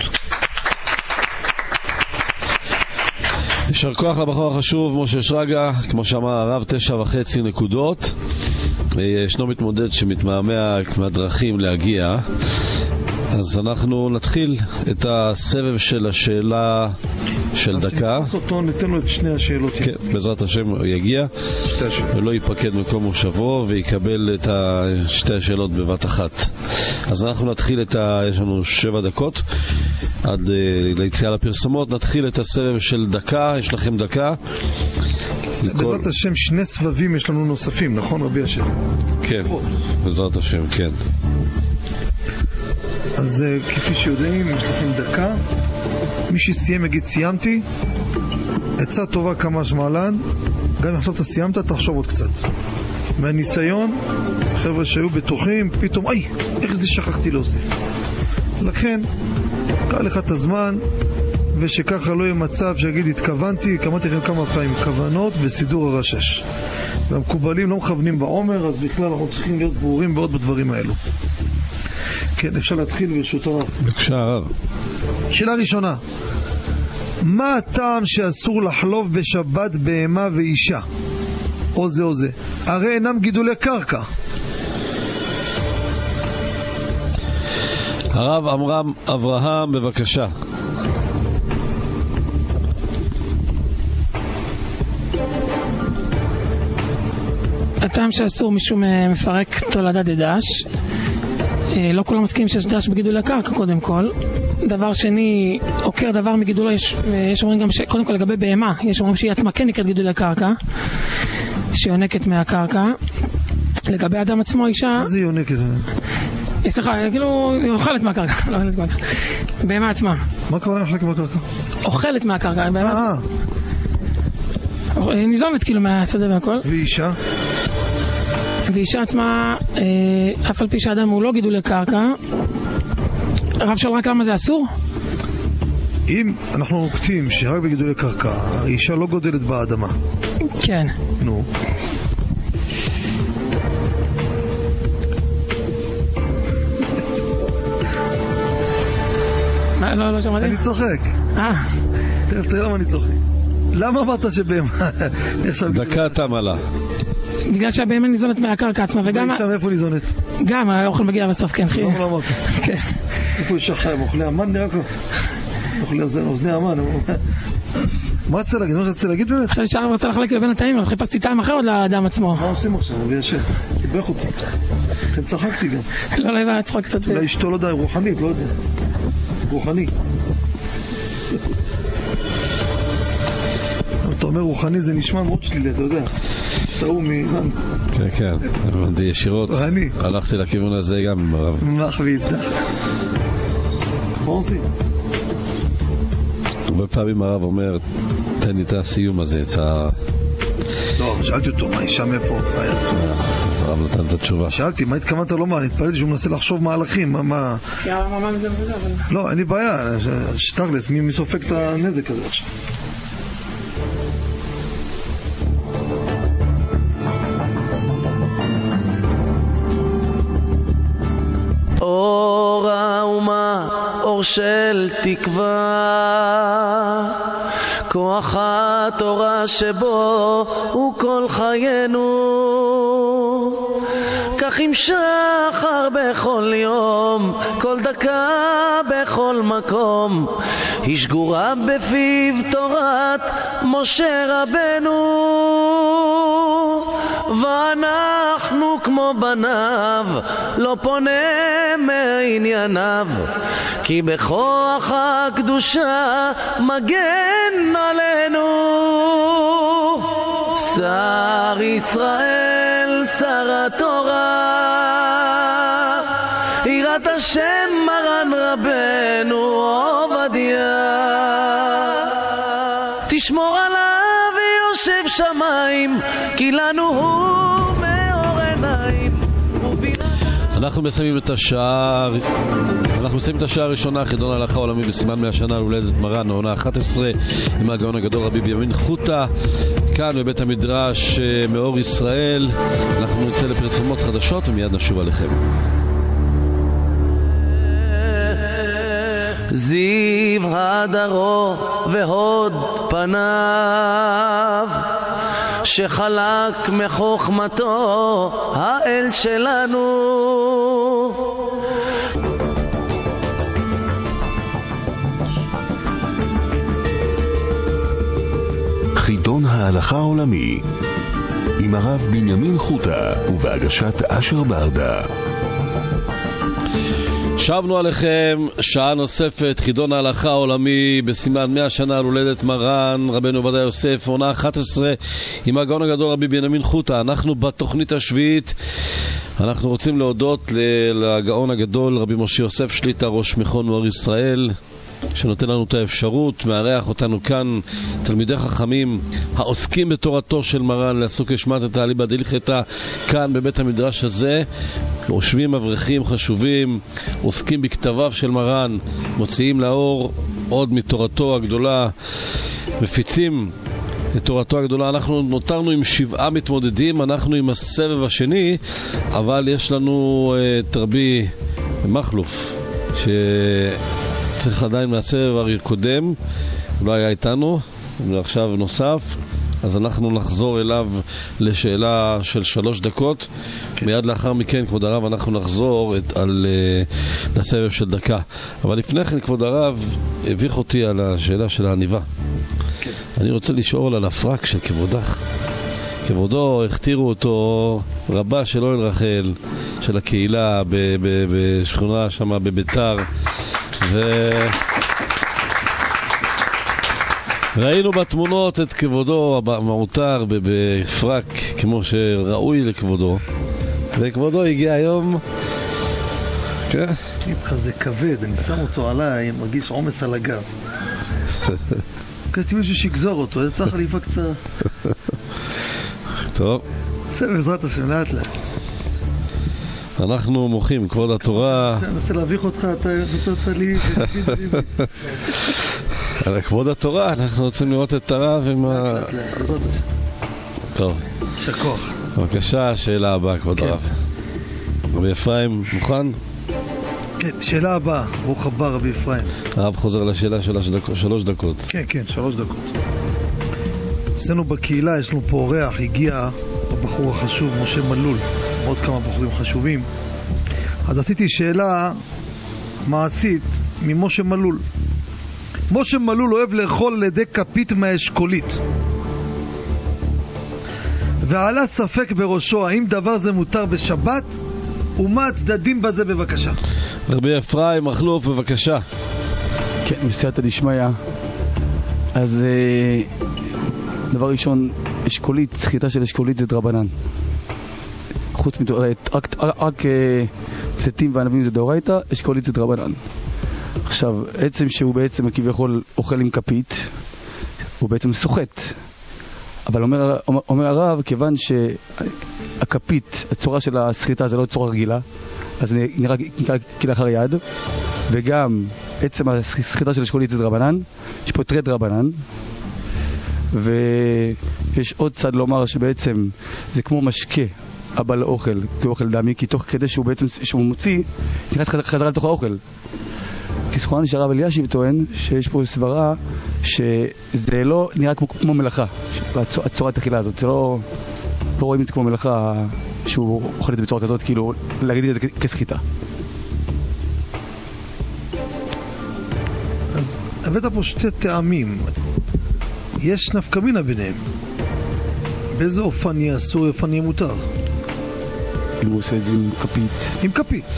Speaker 4: יישר כוח לבחור החשוב משה שרגא, כמו שאמר הרב, 9.5 נקודות. ישנו מתמודד שמתמהמה מהדרכים להגיע, אז אנחנו נתחיל את הסבב של השאלה של דקה.
Speaker 3: ניתן לו את שני השאלות.
Speaker 4: כן, בעזרת השם הוא יגיע ולא ייפקד מקום מושבו ויקבל את שתי השאלות בבת אחת. אז אנחנו נתחיל יש לנו 7 דקות עד ליציאה לפרסומות. נתחיל את הסבב של דקה. יש לכם דקה.
Speaker 3: בעזרת השם 2 סבבים יש לנו נוספים, נכון רבי השם?
Speaker 4: כן, בעזרת השם, כן.
Speaker 3: אז כפי שיודעים, יש לכם דקה. מי שסיים יגיד סיימתי. עצה טובה כמה שמעלן, גם אם עכשיו אתה סיימת, תחשוב עוד קצת. מהניסיון, חבר'ה שהיו בטוחים, פתאום, איך זה שכחתי להוסיף. לכן, קרא לך את הזמן, ושככה לא יהיה מצב שיגיד התכוונתי, קראתי לכם כמה פעמים, כוונות וסידור הרשש. והמקובלים לא מכוונים בעומר, אז בכלל אנחנו צריכים להיות ברורים מאוד בדברים האלו. כן, אפשר להתחיל ברשות הרב.
Speaker 4: בבקשה הרב.
Speaker 3: שאלה ראשונה, מה הטעם שאסור לחלוב בשבת בהמה ואישה? או זה או זה. הרי אינם גידולי קרקע.
Speaker 4: הרב עמרם אברהם, בבקשה.
Speaker 2: הטעם שאסור משום מפרק תולדה דדש. לא כולם מסכים שיש דש בגידול הקרקע קודם כל. דבר שני, עוקר דבר מגידולו, יש אומרים גם קודם כל לגבי בהמה, יש אומרים שהיא עצמה כן נקראת גידול הקרקע, שיונקת מהקרקע. לגבי אדם עצמו, אישה...
Speaker 3: מה זה יונקת?
Speaker 2: סליחה, כאילו היא אוכלת מהקרקע, לא אוכלת מהקרקע. בהמה עצמה.
Speaker 3: מה קורה להחלק מהקרקע?
Speaker 2: אוכלת מהקרקע, בהמה. ניזומת כאילו מהשדה והכל.
Speaker 3: ואישה?
Speaker 2: ואישה עצמה, אף על פי שאדם הוא לא גידולי קרקע, הרב שואל רק למה זה אסור?
Speaker 3: אם אנחנו נוקטים שרק בגידולי קרקע, האישה לא גודלת באדמה.
Speaker 2: כן.
Speaker 3: נו.
Speaker 2: לא שמעתי?
Speaker 3: אני צוחק. תראה למה אני צוחק. למה אמרת שבהמה?
Speaker 4: דקה תמה לה.
Speaker 2: בגלל שהבהמה ניזונת מהקרקע עצמה, וגם...
Speaker 3: שם איפה ניזונת?
Speaker 2: גם, האוכל מגיע בסוף, כן.
Speaker 3: למה לא אמרת?
Speaker 2: כן.
Speaker 3: איפה יש שחיים? אוכלי אמן נראה כבר? אוכלי אוזני אמן. מה רצית להגיד? מה רצית להגיד באמת?
Speaker 2: עכשיו שהרב רוצה לחלק לבין הטעים, אבל חיפשתי טעם אחר עוד לאדם עצמו.
Speaker 3: מה עושים עכשיו? אבי השם, סיבך אותי. לכן צחקתי גם.
Speaker 2: לא הבא, צחק קצת.
Speaker 3: אולי אשתו לא יודע, רוחנית, לא יודע. רוחני. אתה אומר רוחני זה נשמע מאוד שלילי, אתה יודע. טעו מאימן.
Speaker 4: כן, כן, הבנתי ישירות.
Speaker 3: רוחני.
Speaker 4: הלכתי לכיוון הזה גם עם הרב.
Speaker 3: מחביא איתך. מה עושים?
Speaker 4: הרבה פעמים הרב אומר, תן לי את הסיום הזה, את ה...
Speaker 3: לא, שאלתי אותו, מה אישה מאיפה חיה?
Speaker 4: אז הרב נתן את התשובה.
Speaker 3: שאלתי, מה התכוונת לומר? אני התפלאתי שהוא מנסה לחשוב מהלכים, מה... לא, אין לי בעיה, שתכלס, מי סופק את הנזק הזה עכשיו?
Speaker 10: אור האומה, אור של תקווה, כוח התורה שבו הוא כל חיינו, כך עם שחר בכל יום, כל דקה בכל מקום, היא שגורה בפיו תורת משה רבנו, ואנחנו כמו בניו לא פונה מענייניו, כי בכוח הקדושה מגן עלינו. שר ישראל, שר התורה, יראת השם מרן רבנו עובדיה, תשמור עליו ויושב שמיים, כי לנו הוא מאור עיניים.
Speaker 4: אנחנו מסיימים את השעה הראשונה, חידון ההלכה העולמי בסימן 100 שנה להולדת מרן, העונה 11, עם הגאון הגדול רבי בנימין חוטה, כאן בבית המדרש מאור ישראל. אנחנו נצא לפרסומות חדשות ומיד נשוב עליכם.
Speaker 10: זיו הדרו והוד פניו, שחלק מחוכמתו האל שלנו.
Speaker 6: חידון ההלכה העולמי עם הרב בנימין חוטה ובהגשת אשר ברדה.
Speaker 4: שבנו עליכם שעה נוספת, חידון ההלכה העולמי בסימן 100 שנה להולדת מרן רבנו עובדיה יוסף, עונה 11 עם הגאון הגדול רבי בנימין חוטה. אנחנו בתוכנית השביעית. אנחנו רוצים להודות לגאון הגדול רבי משה יוסף שליטה, ראש מכון מאור ישראל, שנותן לנו את האפשרות, מארח אותנו כאן תלמידי חכמים העוסקים בתורתו של מרן, לעסוק ישמת את העליבא דהלכתא כאן בבית המדרש הזה. יושבים אברכים חשובים, עוסקים בכתביו של מרן, מוציאים לאור עוד מתורתו הגדולה, מפיצים את תורתו הגדולה. אנחנו נותרנו עם 7 מתמודדים, אנחנו עם הסבב השני, אבל יש לנו את רבי מחלוף שצריך עדיין מהסבב הקודם, לא היה איתנו, ועכשיו נוסף, אז אנחנו נחזור אליו לשאלה של 3 דקות. מיד לאחר מכן, כבוד הרב, אנחנו נחזור לסבב של דקה. אבל לפני כן, כבוד הרב הביך אותי על השאלה של העניבה. אני רוצה לשאול על הפרק של כבודך. כבודו, הכתירו אותו רבה של אוהל רחל, של הקהילה בשכונה שם בביתר, ראינו בתמונות את כבודו מעוטר בפרק כמו שראוי לכבודו, וכבודו הגיע היום, כן?
Speaker 3: איתך זה כבד, אני שם אותו עליי, מרגיש עומס על הגב. קסתי מישהו שיגזור אותו, יצא חליפה קצרה.
Speaker 4: טוב,
Speaker 3: זה בעזרת השם, לאט לאט.
Speaker 4: אנחנו מוחים, כבוד התורה.
Speaker 3: אני אנסה להביך אותך, אתה נותנת לי.
Speaker 4: על כבוד התורה, אנחנו רוצים לראות את הרב עם ה...
Speaker 3: בעזרת השם.
Speaker 4: טוב.
Speaker 3: שכוח.
Speaker 4: בבקשה, השאלה הבאה, כבוד הרב. רבי אפרים, מוכן?
Speaker 3: כן, שאלה הבאה. ברוך הבא, רבי אפרים.
Speaker 4: הרב חוזר לשאלה של 3 דקות.
Speaker 3: כן, 3 דקות. אצלנו בקהילה יש לנו פה אורח, הגיע הבחור החשוב, משה מלול, עוד כמה בחורים חשובים. אז עשיתי שאלה מעשית ממשה מלול. משה מלול אוהב לאכול על ידי כפית מהאשכולית, ועלה ספק בראשו האם דבר זה מותר בשבת, ומה הצדדים בזה, בבקשה.
Speaker 4: רבי אפרים מחלוף, בבקשה.
Speaker 11: כן, בסייעתא דשמיא. אז דבר ראשון, אשכולית, סחיטה של אשכולית זה דרבנן. חוץ רק צאתים וענבים זה דאורייתא, אשכולית זה דרבנן. עכשיו, עצם שהוא בעצם כביכול אוכל עם כפית, הוא בעצם סוחט. אבל אומר הרב, כיוון שהכפית, הצורה של הסחיטה זה לא צורה רגילה, אז זה נראה כלאחר יד, וגם עצם הסחיטה של אשכולית זה דרבנן, יש פה תרי דרבנן, ויש עוד צד לומר שבעצם זה כמו משקה הבא לאוכל, כאוכל דמי, כי תוך כדי שהוא בעצם, שהוא מוציא, זה נכנס חזרה לתוך האוכל. כי סחורן של הרב אלישיב טוען שיש פה סברה שזה לא נראה כמו מלאכה, הצורת אכילה הזאת, זה לא רואים את זה כמו מלאכה שהוא אוכל את זה בצורה כזאת, כאילו להגיד את זה כסחיטה.
Speaker 3: אז הבאת פה 2 טעמים, יש נפקא מינה ביניהם. באיזה אופן יהיה אסור, אופן יהיה מותר?
Speaker 11: הוא עושה את זה עם כפית.
Speaker 3: עם כפית.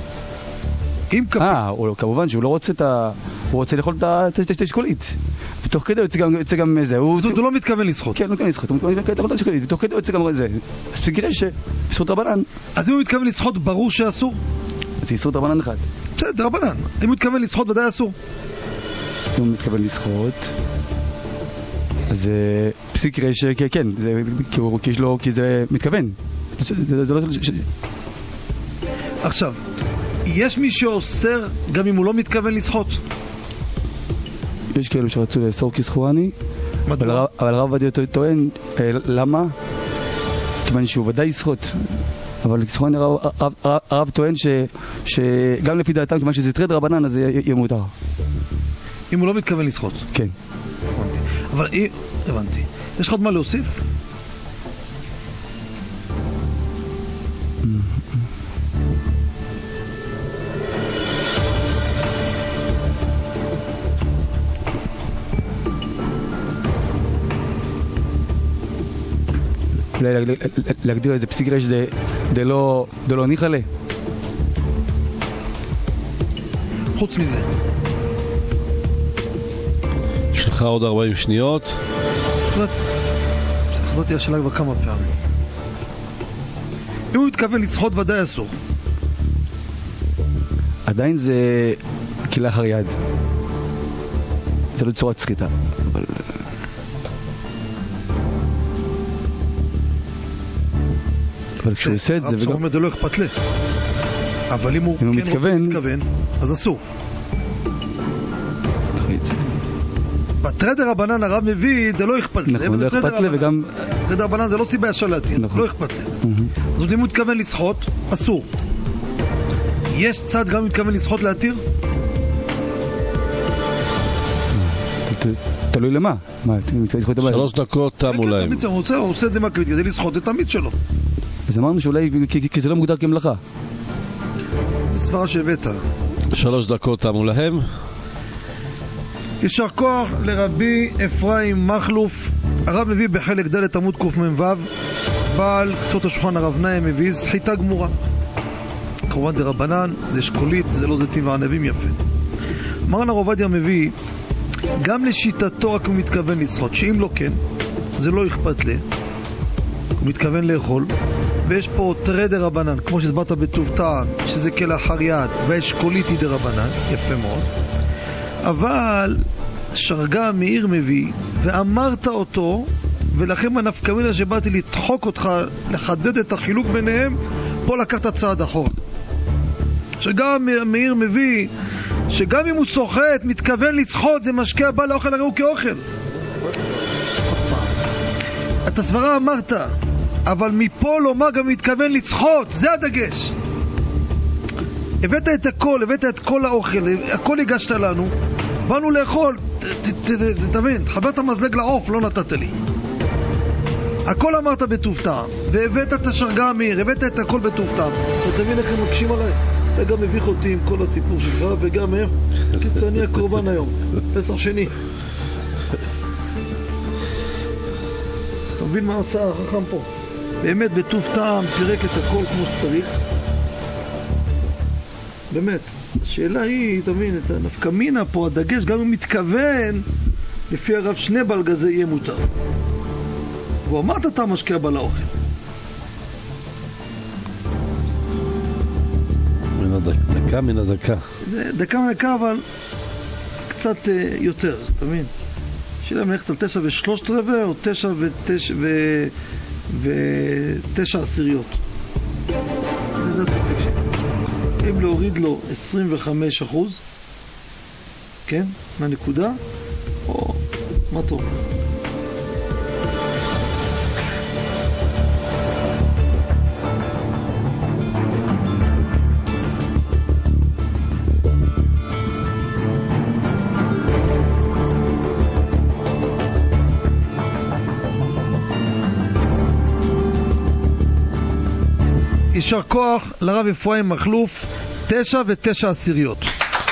Speaker 11: כמובן שהוא לא רוצה הוא רוצה לאכול את האשכולית. ותוך כדי יוצא גם זה. הוא
Speaker 3: לא מתכוון לשחוט.
Speaker 11: כן, הוא מתכוון לשחוט. הוא מתכוון לאכול את האשכולית. ותוך כדי יוצא גם זה. אז תראה שבזכות רבנן.
Speaker 3: אז אם הוא מתכוון לשחוט, ברור שאסור?
Speaker 11: אז זה איסור רבנן אחד.
Speaker 3: בסדר, רבנן. אם הוא מתכוון לשחוט, ודאי אסור.
Speaker 11: אם הוא מתכוון לשחוט, אז פסיק יראה שכן, כי זה מתכוון. זה לא...
Speaker 3: עכשיו, יש מי שאוסר גם אם הוא לא מתכוון לשחוט?
Speaker 11: יש כאלו שרצו לאסור כסחורני, אבל הרב עובדיה טוען, למה? כיוון שהוא ודאי ישחוט. אבל כסחורני הרב טוען שגם לפי דעתם, כיוון שזה תרי דרבנן, אז יהיה מותר.
Speaker 3: אם הוא לא מתכוון לשחות.
Speaker 11: כן.
Speaker 3: אבל הבנתי. יש לך עוד מה להוסיף?
Speaker 11: להגדיר איזה פסיק רש דלא ניחלה.
Speaker 3: חוץ מזה.
Speaker 4: יש לך עוד 40 שניות.
Speaker 3: חזרתי השאלה כבר כמה פעמים. אם הוא מתכוון לשחות ודאי אסור.
Speaker 11: עדיין זה כלאחר יד. זה לא צורת סחיטה. אבל כשהוא עושה את זה
Speaker 3: וגם... זה לא אכפת לי. אבל אם הוא כן מתכוון, אז אסור. בטרדר הבנן הרב מביא, זה לא אכפת לי.
Speaker 11: נכון, זה אכפת לי וגם...
Speaker 3: טרדר הבנן זה לא סיבה ישר להתיר, לא אכפת לי. אז אם הוא מתכוון לשחות, אסור. יש צד גם מתכוון לשחות להתיר?
Speaker 11: תלוי למה?
Speaker 4: 3 דקות תמו להם.
Speaker 3: הוא עושה את זה מהכבית כדי לשחות את המיץ שלו.
Speaker 11: אז אמרנו שאולי כי זה לא מוגדר כמלאכה.
Speaker 3: זה סברה שהבאת.
Speaker 4: 3 דקות תמו להם.
Speaker 3: יישר כוח לרבי אפרים מחלוף. הרב מביא בחלק ד' עמוד קמ"ו, בעל קצות השולחן הרב נעים מביא סחיטה גמורה. כמובן דרבנן, זה אשכולית, זה לא זיתים וענבים, יפה. מרן הרב עובדיה מביא גם לשיטתו רק הוא מתכוון לשחות, שאם לא כן, זה לא אכפת לי, הוא מתכוון לאכול. ויש פה טרדר רבנן, כמו שהסברת בטוב טעם, שזה כלאחר יד, והאשכולית היא דרבנן, יפה מאוד. אבל שרגא מאיר מביא ואמרת אותו, ולכן הנפקא מינה שבאתי לדחוק אותך, לחדד את החילוק ביניהם, פה לקחת צעד אחורה. שגם מאיר מביא שגם אם הוא סוחט, מתכוון לצחות, זה משקה בא לאוכל, הרי הוא כאוכל. את הסברה אמרת, אבל מפה לומר גם מתכוון לצחות, זה הדגש. הבאת את הכל, הבאת את כל האוכל, הכל הגשת לנו, באנו לאכול, תבין, תחבר את המזלג לעוף, לא נתת לי. הכל אמרת בטוב טעם, והבאת את השרגה המאיר, הבאת את הכל בטוב טעם. ותבין איך הם מקשים עליי. אתה גם מביך אותי עם כל הסיפור שלך, וגם הם, קיצור, אני הקורבן היום, פסח שני. אתה מבין מה עשה החכם פה? באמת בטוב טעם, פירק את הכל כמו שצריך. באמת, השאלה היא, תבין, את הנפקא מינה פה, הדגש, גם הוא מתכוון, לפי הרב שני בלגזי יהיה מותר. והוא אמרת אתה משקיע בה לאוכל.
Speaker 4: דקה מן הדקה.
Speaker 3: זה דקה מן הדקה, אבל קצת יותר, תבין. שאלה מלכת על 9 ו3/4 או 9 ו9 עשיריות. זה הספק שלי. אם להוריד לו 25%, כן, מהנקודה, או מה טוב. יישר כוח לרב אפרים מחלוף, 9 ו9 עשיריות.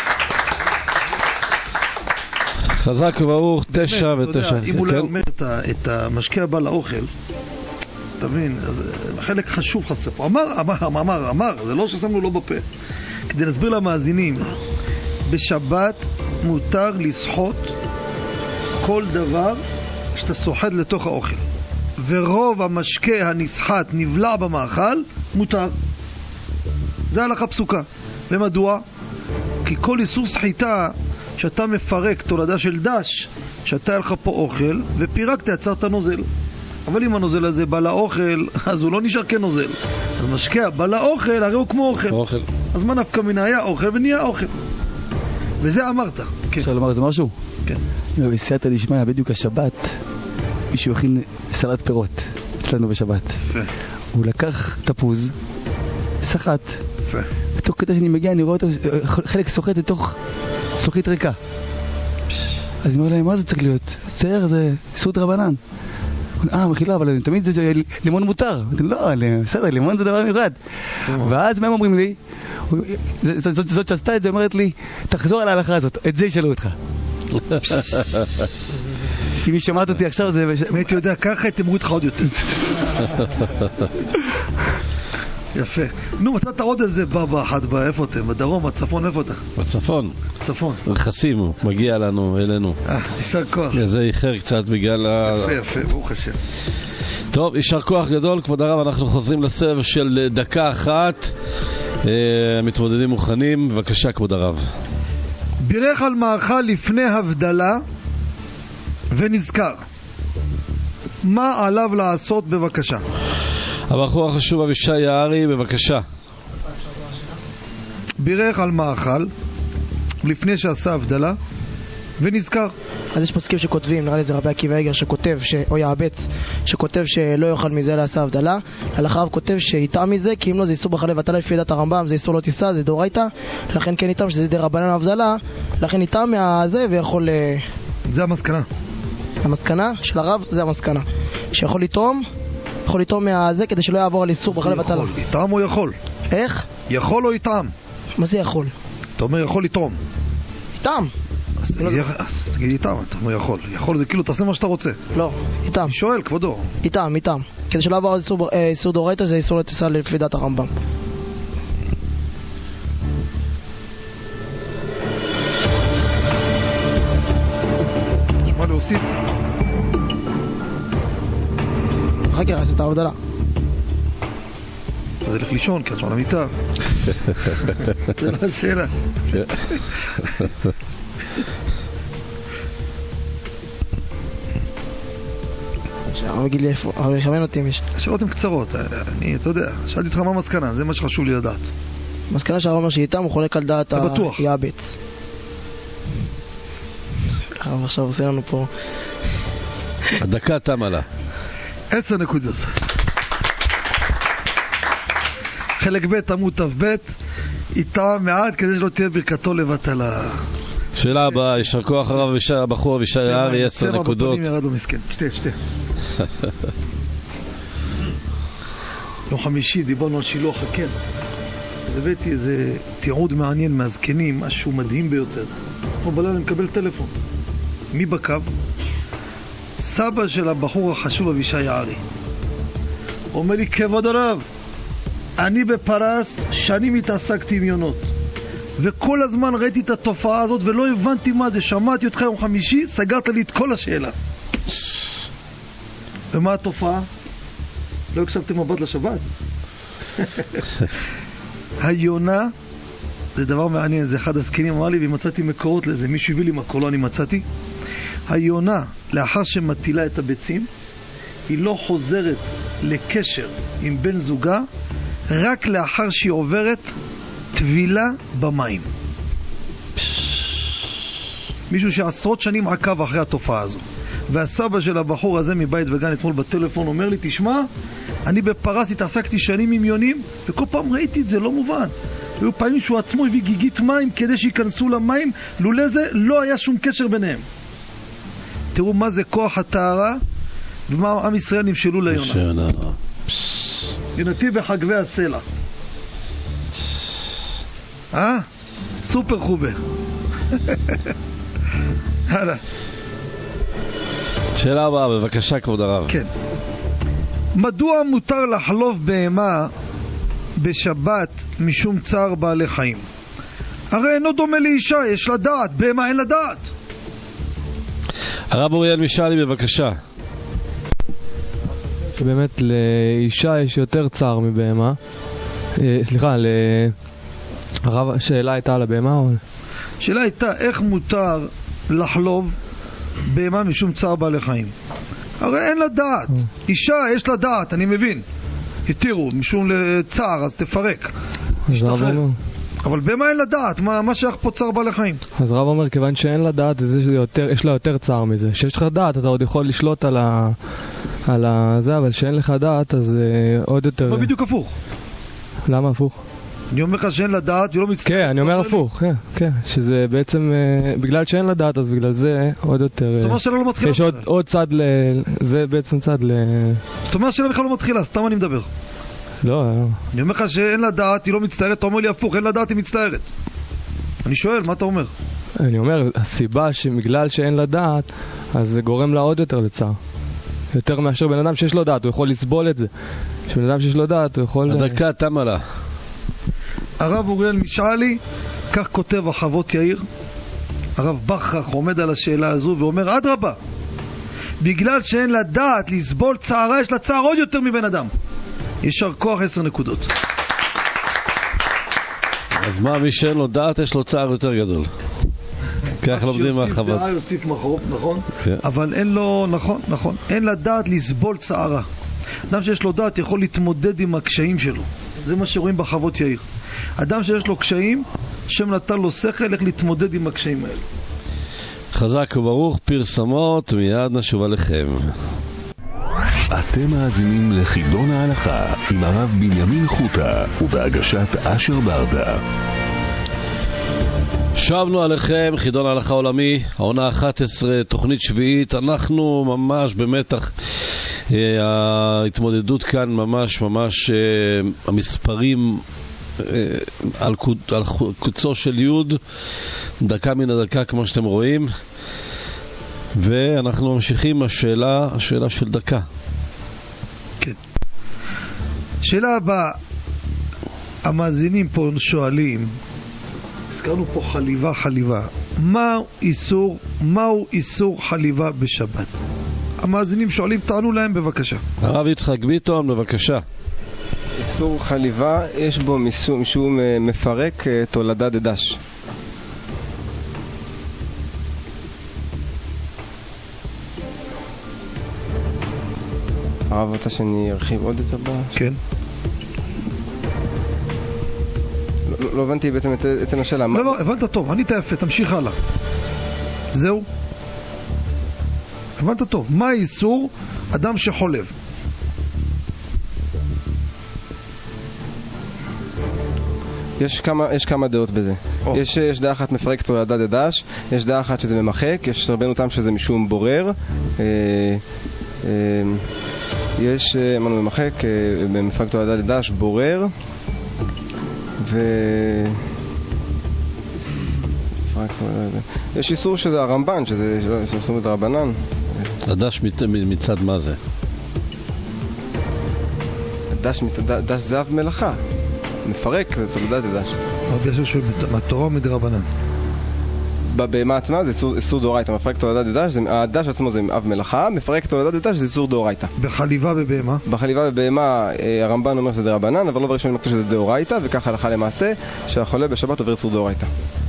Speaker 4: חזק וברוך, 9 ו9.
Speaker 3: אם הוא לא אומר את המשקיע הבא לאוכל, תבין, חלק חשוב חסר פה. אמר, זה לא ששמנו לו בפה. כדי להסביר למאזינים, בשבת מותר לשחוט כל דבר שאתה סוחט לתוך האוכל. ורוב המשקה הנסחט נבלע במאכל, מותר. זה הלכה פסוקה. ומדוע? כי כל איסור סחיטה שאתה מפרק תולדה של דש, שאתה הלכה פה אוכל ופירקת, יצרת נוזל. אבל אם הנוזל הזה בא לאוכל, אז הוא לא נשאר כנוזל. אז משקה בא לאוכל, הרי הוא כמו אוכל. אז מה נפקא מינה, היה אוכל ונהיה אוכל. וזה אמרת.
Speaker 11: אפשר לומר איזה משהו?
Speaker 3: כן.
Speaker 11: בסייעתא דשמיא, בדיוק השבת, מישהו הכין סלט פירות אצלנו בשבת.
Speaker 3: יפה.
Speaker 11: הוא לקח תפוז, סחט.
Speaker 3: יפה.
Speaker 11: ותוך כדי שאני מגיע אני רואה אותו חלק סוחט לתוך זכוכית ריקה. אז אני אומר להם, מה זה צריך להיות? צייר זה איסור דרבנן. מחילה, אבל תמיד זה לימון מותר. לא, בסדר, לימון זה דבר מיוחד. ואז מה הם אומרים לי? זאת שעשתה את זה אומרת לי, תחזור על ההלכה הזאת, את זה ישאלו אותך. אם היא שמעת אותי עכשיו זה...
Speaker 3: אם הייתי יודע ככה, הייתי אמרו אותך עוד יותר. יפה. נו, מצאת עוד איזה בבא אחת, איפה אתם? בדרום, בצפון, איפה אתה?
Speaker 4: בצפון.
Speaker 3: צפון.
Speaker 4: רכסים, הוא מגיע לנו, אלינו.
Speaker 3: יישר כוח.
Speaker 4: זה איחר קצת בגלל
Speaker 3: יפה, ברוך השם.
Speaker 4: טוב, יישר כוח גדול, כבוד הרב, אנחנו חוזרים לסבב של דקה אחת. מתמודדים מוכנים, בבקשה כבוד הרב.
Speaker 3: בירך על מאכל לפני הבדלה ונזכר. מה עליו לעשות בבקשה?
Speaker 4: הבחור החשוב אבישי יערי, בבקשה.
Speaker 3: בירך על מאכל לפני שעשה הבדלה ונזכר.
Speaker 5: אז יש פסקים שכותבים, נראה לי זה רבי עקיבא איגר שכותב, או יעבץ, שכותב שלא יאכל מזה לעשה הבדלה. הלכה כותב שיטעם מזה, כי אם לא זה איסור בחלה ובטלה לפי דת הרמב"ם, זה איסור לא תישא, זה דאורייתא, לכן כן יטעם שזה די רבנן הבדלה, לכן יטעם מהזה ויכול...
Speaker 3: זה המסקנה.
Speaker 5: המסקנה של הרב זה המסקנה. שיכול לתרום, יכול לתרום מהזה כדי שלא יעבור על איסור בחלה ובטלה.
Speaker 3: יטעם או יכול?
Speaker 5: איך?
Speaker 3: יכול או יטעם?
Speaker 5: מה זה יכול?
Speaker 3: אתה אומר יכול לתרום.
Speaker 5: יטעם.
Speaker 3: אז תגיד איתם, אתה אומר יכול. יכול זה כאילו תעשה מה שאתה רוצה.
Speaker 5: לא, איתם.
Speaker 3: אני שואל, כבודו.
Speaker 5: איתם. כדי שלא עבור איסור דאורייתא זה איסור לא תישא לפי דת הרמב"ם.
Speaker 3: יש מה להוסיף?
Speaker 5: אחר כך עשית ההבדלה.
Speaker 3: אז הלך לישון, כי את שמה למיטה. זה לא השאלה.
Speaker 5: הרב יגיד לי איפה, הרב יכוון אותי אם יש.
Speaker 3: השאלות הן קצרות, אתה יודע, שאלתי אותך מה המסקנה, זה מה שחשוב לי לדעת.
Speaker 5: המסקנה שהרב אומר שאיתם הוא חולק על דעת היעבץ. הרב עכשיו עושה לנו פה...
Speaker 4: הדקה תמה לה.
Speaker 3: 10 נקודות. חלק ב' עמוד ת"ב, איתה מעט כדי שלא תהיה ברכתו לבטלה.
Speaker 4: שאלה הבאה, יישר כוח הרב הבחור אבישי יערי, 10 נקודות.
Speaker 3: ירד לו מסכן, שתי. יום חמישי דיברנו על שילוח הקן. הבאתי איזה תיעוד מעניין מהזקנים, משהו מדהים ביותר. כמו בלילה אני מקבל טלפון. מי בקו? סבא של הבחור החשוב אבישי יערי. אומר לי, כבוד הרב, אני בפרס שנים התעסקתי עם יונות. וכל הזמן ראיתי את התופעה הזאת ולא הבנתי מה זה. שמעתי אותך יום חמישי, סגרת לי את כל השאלה. ומה התופעה? לא הקשבתם מבט לשבת? היונה, זה דבר מעניין, זה אחד הזקנים אמר לי, ומצאתי מקורות לזה, מישהו הביא לי מקור, לא אני מצאתי. היונה, לאחר שמטילה את הביצים, היא לא חוזרת לקשר עם בן זוגה, רק לאחר שהיא עוברת טבילה במים. מישהו שעשרות שנים עקב אחרי התופעה הזו. והסבא של הבחור הזה מבית וגן אתמול בטלפון אומר לי, תשמע, אני בפרס התעסקתי שנים עם יונים, וכל פעם ראיתי את זה, לא מובן. היו פעמים שהוא עצמו הביא גיגית מים כדי שיכנסו למים, לולא זה לא היה שום קשר ביניהם. תראו מה זה כוח הטהרה ומה עם ישראל נמשלו ליונה. יונתי בחגבי הסלע. סופר חובה. הלאה.
Speaker 4: שאלה הבאה, בבקשה כבוד הרב.
Speaker 3: כן. מדוע מותר לחלוב בהמה בשבת משום צער בעלי חיים? הרי אינו דומה לאישה, יש לה דעת, בהמה אין לה דעת.
Speaker 4: הרב אוריאל משאלי, בבקשה.
Speaker 7: שבאמת לאישה יש יותר צער מבהמה. סליחה, הרב, השאלה הייתה על הבהמה או?
Speaker 3: השאלה הייתה איך מותר לחלוב בהמה משום צער בעלי חיים. הרי אין לה דעת. אישה יש לה דעת, אני מבין. התירו, משום לצער, אז תפרק. תשתחרר. אבל בהמה אין לה דעת, מה שייך פה צער בעלי חיים?
Speaker 7: אז רב אומר, כיוון שאין לה דעת, יש לה יותר צער מזה. שיש לך דעת, אתה עוד יכול לשלוט על זה, אבל שאין לך דעת, אז עוד יותר...
Speaker 3: זה בדיוק הפוך.
Speaker 7: למה הפוך?
Speaker 3: אני אומר לך שאין לדעת ולא מצטערת.
Speaker 7: כן, אני אומר הפוך, כן, שזה בעצם, בגלל שאין לדעת, אז בגלל זה עוד יותר...
Speaker 3: זאת אומרת שלא לא מתחילה.
Speaker 7: יש עוד צד זה בעצם צד
Speaker 3: זאת אומרת שלא בכלל לא מתחילה, סתם אני מדבר.
Speaker 7: לא.
Speaker 3: אני אומר לך שאין לדעת, היא לא מצטערת, אתה אומר לי הפוך, אין לדעת, היא מצטערת. אני שואל, מה אתה אומר?
Speaker 7: אני אומר, הסיבה שבגלל שאין לדעת, אז זה גורם לה עוד יותר לצער. יותר מאשר בן אדם שיש לו דעת, הוא יכול לסבול את זה. שבן אדם שיש לו דעת, הוא יכול...
Speaker 4: הדקה תמה לה.
Speaker 3: הרב אוריאל משעלי, כך כותב החוות יאיר, הרב בכרך עומד על השאלה הזו ואומר, אדרבה, בגלל שאין לה דעת לסבול צערה, יש לה צער עוד יותר מבן אדם. ישר כוח 10 נקודות.
Speaker 4: אז מה, מי שאין לו דעת יש לו צער יותר גדול. כך לומדים מהחוות.
Speaker 3: שיוסיף דעה יוסיף מחרוף, נכון? אבל אין לו, נכון, אין לה דעת לסבול צערה. אדם שיש לו דעת יכול להתמודד עם הקשיים שלו. זה מה שרואים בחוות יאיר. אדם שיש לו קשיים, שם נתן לו שכל איך להתמודד עם הקשיים האלה.
Speaker 4: חזק וברוך, פרסמות, מיד נשוב עליכם.
Speaker 6: אתם מאזינים לחידון ההלכה עם הרב בנימין חוטה ובהגשת אשר ברדה.
Speaker 4: שבנו עליכם, חידון ההלכה העולמי, העונה 11, תוכנית שביעית. אנחנו ממש במתח, ההתמודדות כאן ממש המספרים על קוצו של יוד, דקה מן הדקה כמו שאתם רואים, ואנחנו ממשיכים השאלה של דקה.
Speaker 3: כן. שאלה הבאה, המאזינים פה שואלים, הזכרנו פה חליבה, מהו איסור חליבה בשבת? המאזינים שואלים, תענו להם בבקשה.
Speaker 4: הרב יצחק ביטון, בבקשה.
Speaker 8: איסור חליבה יש בו משום מפרק תולדה דדש. הרב, רוצה שאני ארחיב עוד יותר בה?
Speaker 3: כן.
Speaker 8: לא הבנתי בעצם את השאלה.
Speaker 3: לא, הבנת טוב, ענית יפה, תמשיך הלאה. זהו. הבנת טוב. מה האיסור? אדם שחולב.
Speaker 8: יש כמה דעות בזה. יש דעה אחת מפרק תולדה דדש, יש דעה אחת שזה ממחק, יש רבנו תם שזה משום בורר, יש אמרנו ממחק, מפרק תולדה דדש, בורר, יש איסור שזה הרמב"ן, שזה איסור מדרבנן.
Speaker 4: הדש מצד מה זה?
Speaker 8: דש זה אב מלאכה, מפרק זה תולדה דדש.
Speaker 3: רבי ישו שואל, מהתורה או מדרבנן?
Speaker 8: בבהמה עצמה זה איסור דאורייתא. מפרק תולדה דדש, הדש עצמו זה אב מלאכה, מפרק תולדה דדש זה איסור דאורייתא.
Speaker 3: בחליבה בבהמה? בחליבה
Speaker 8: בבהמה הרמב"ן אומר שזה דרבנן, אבל לא בראשון מקטע שזה דאורייתא, וככה הלכה למעשה שהחולה בשבת עובר איסור דאורייתא.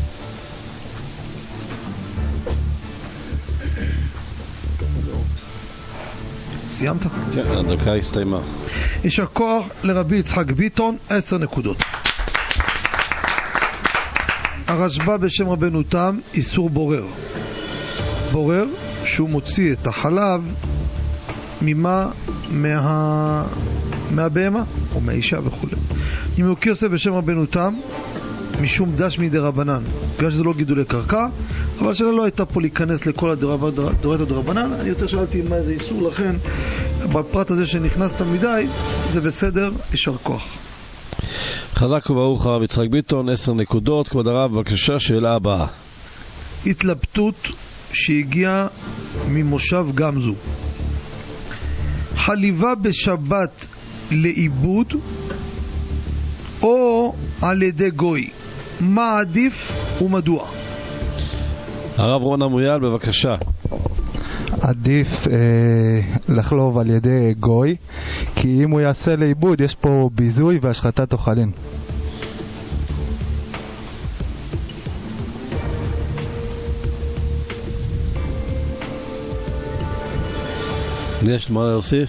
Speaker 3: סיימת?
Speaker 4: כן, הדקה הסתיימה.
Speaker 3: יישר כוח לרבי יצחק ביטון, 10 נקודות. הרשב"א בשם רבנו תם, איסור בורר. בורר שהוא מוציא את החלב מהבהמה או מהאישה וכו'. נימוקי יוסף בשם רבנו תם, משום דש מדרבנן, בגלל שזה לא גידולי קרקע, אבל שאלה לא הייתה פה להיכנס לכל הדורייתא דרבנן. אני יותר שאלתי מה זה איסור, לכן בפרט הזה שנכנסת מדי זה בסדר, יישר כוח.
Speaker 4: חזק וברוך הרב יצחק ביטון, 10 נקודות. כבוד הרב, בבקשה, שאלה הבאה.
Speaker 3: התלבטות שהגיעה ממושב גמזו. חליבה בשבת לאיבוד או על ידי גוי, מה עדיף ומדוע?
Speaker 4: הרב רון אמויאל, בבקשה.
Speaker 9: עדיף לחלוב על ידי גוי, כי אם הוא יעשה לאיבוד יש פה ביזוי והשחטת אוכלים.
Speaker 4: יש מה להוסיף?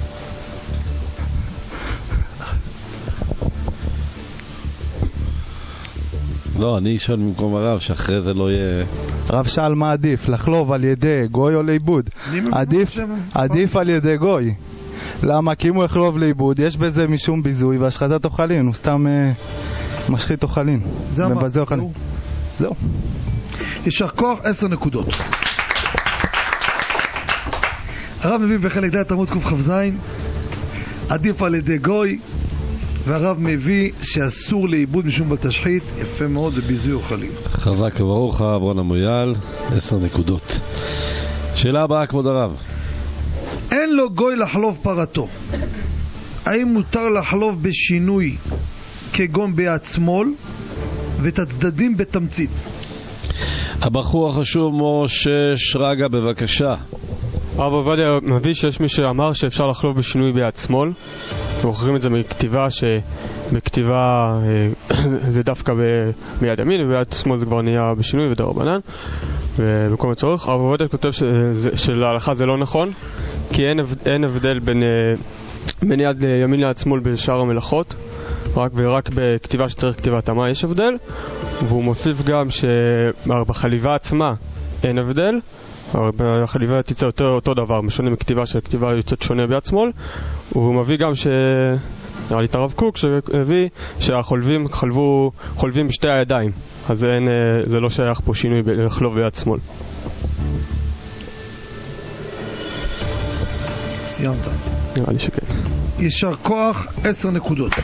Speaker 4: לא, אני אשאל במקום הרב שאחרי זה לא יהיה...
Speaker 9: הרב שאל מה עדיף, לחלוב על ידי גוי או לאיבוד? עדיף על ידי גוי. למה? כי אם הוא יחלוב לאיבוד יש בזה משום ביזוי והשחטת אוכלים, הוא סתם משחית אוכלים.
Speaker 3: זה אמר.
Speaker 9: זהו.
Speaker 3: יישר כוח, 10 נקודות. הרב מביא בחלק ד' עמוד קכ"ז, עדיף על ידי גוי, והרב מביא שאסור לאיבוד משום בתשחית, יפה מאוד, בביזוי אוכלים.
Speaker 4: חזק וברוך, הרב רון המויאל, 10 נקודות. שאלה הבאה, כבוד הרב.
Speaker 3: אין לו גוי לחלוב פרתו. האם מותר לחלוב בשינוי כגון ביד שמאל ואת הצדדים בתמצית?
Speaker 4: הבחור החשוב משה שרגא, בבקשה.
Speaker 12: הרב עובדיה מביא שיש מי שאמר שאפשר לחלוב בשינוי ביד שמאל, ומוכרים את זה מכתיבה שבכתיבה זה דווקא ביד ימין, וביד שמאל זה כבר נהיה בשינוי ודרבנן ובכל הצורך. הרב עובדיה כותב שלהלכה זה לא נכון, כי אין הבדל בין יד ימין ליד שמאל בשאר המלאכות, ורק בכתיבה שצריך כתיבת תמה יש הבדל. והוא מוסיף גם שבחליבה עצמה אין הבדל, החליבה תצא אותו דבר, משונה מכתיבה שהכתיבה יוצאת שונה ביד שמאל. הוא מביא גם נראה לי את הרב קוק שהביא שהחולבים חולבים בשתי הידיים, אז זה לא שייך פה שינוי לחלוב ביד שמאל.
Speaker 3: סיימת?
Speaker 12: נראה לי שכן.
Speaker 3: יישר כוח, 10 נקודות.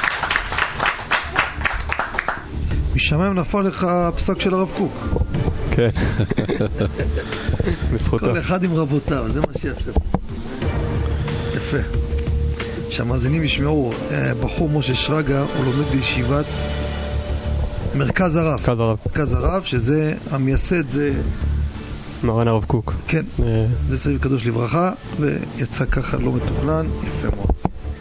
Speaker 3: משמיים נפל לך הפסק של הרב קוק.
Speaker 12: כן. בזכותו.
Speaker 3: כל אחד עם רבותיו, זה מה שיפה. יפה. שהמאזינים ישמעו, בחור משה שרגא, הוא לומד בישיבת מרכז הרב. מרכז הרב, שזה המייסד, זה
Speaker 12: מרן הרב קוק.
Speaker 3: כן, זה סביב קדוש לברכה, ויצא ככה לא מתוכנן, יפה מאוד.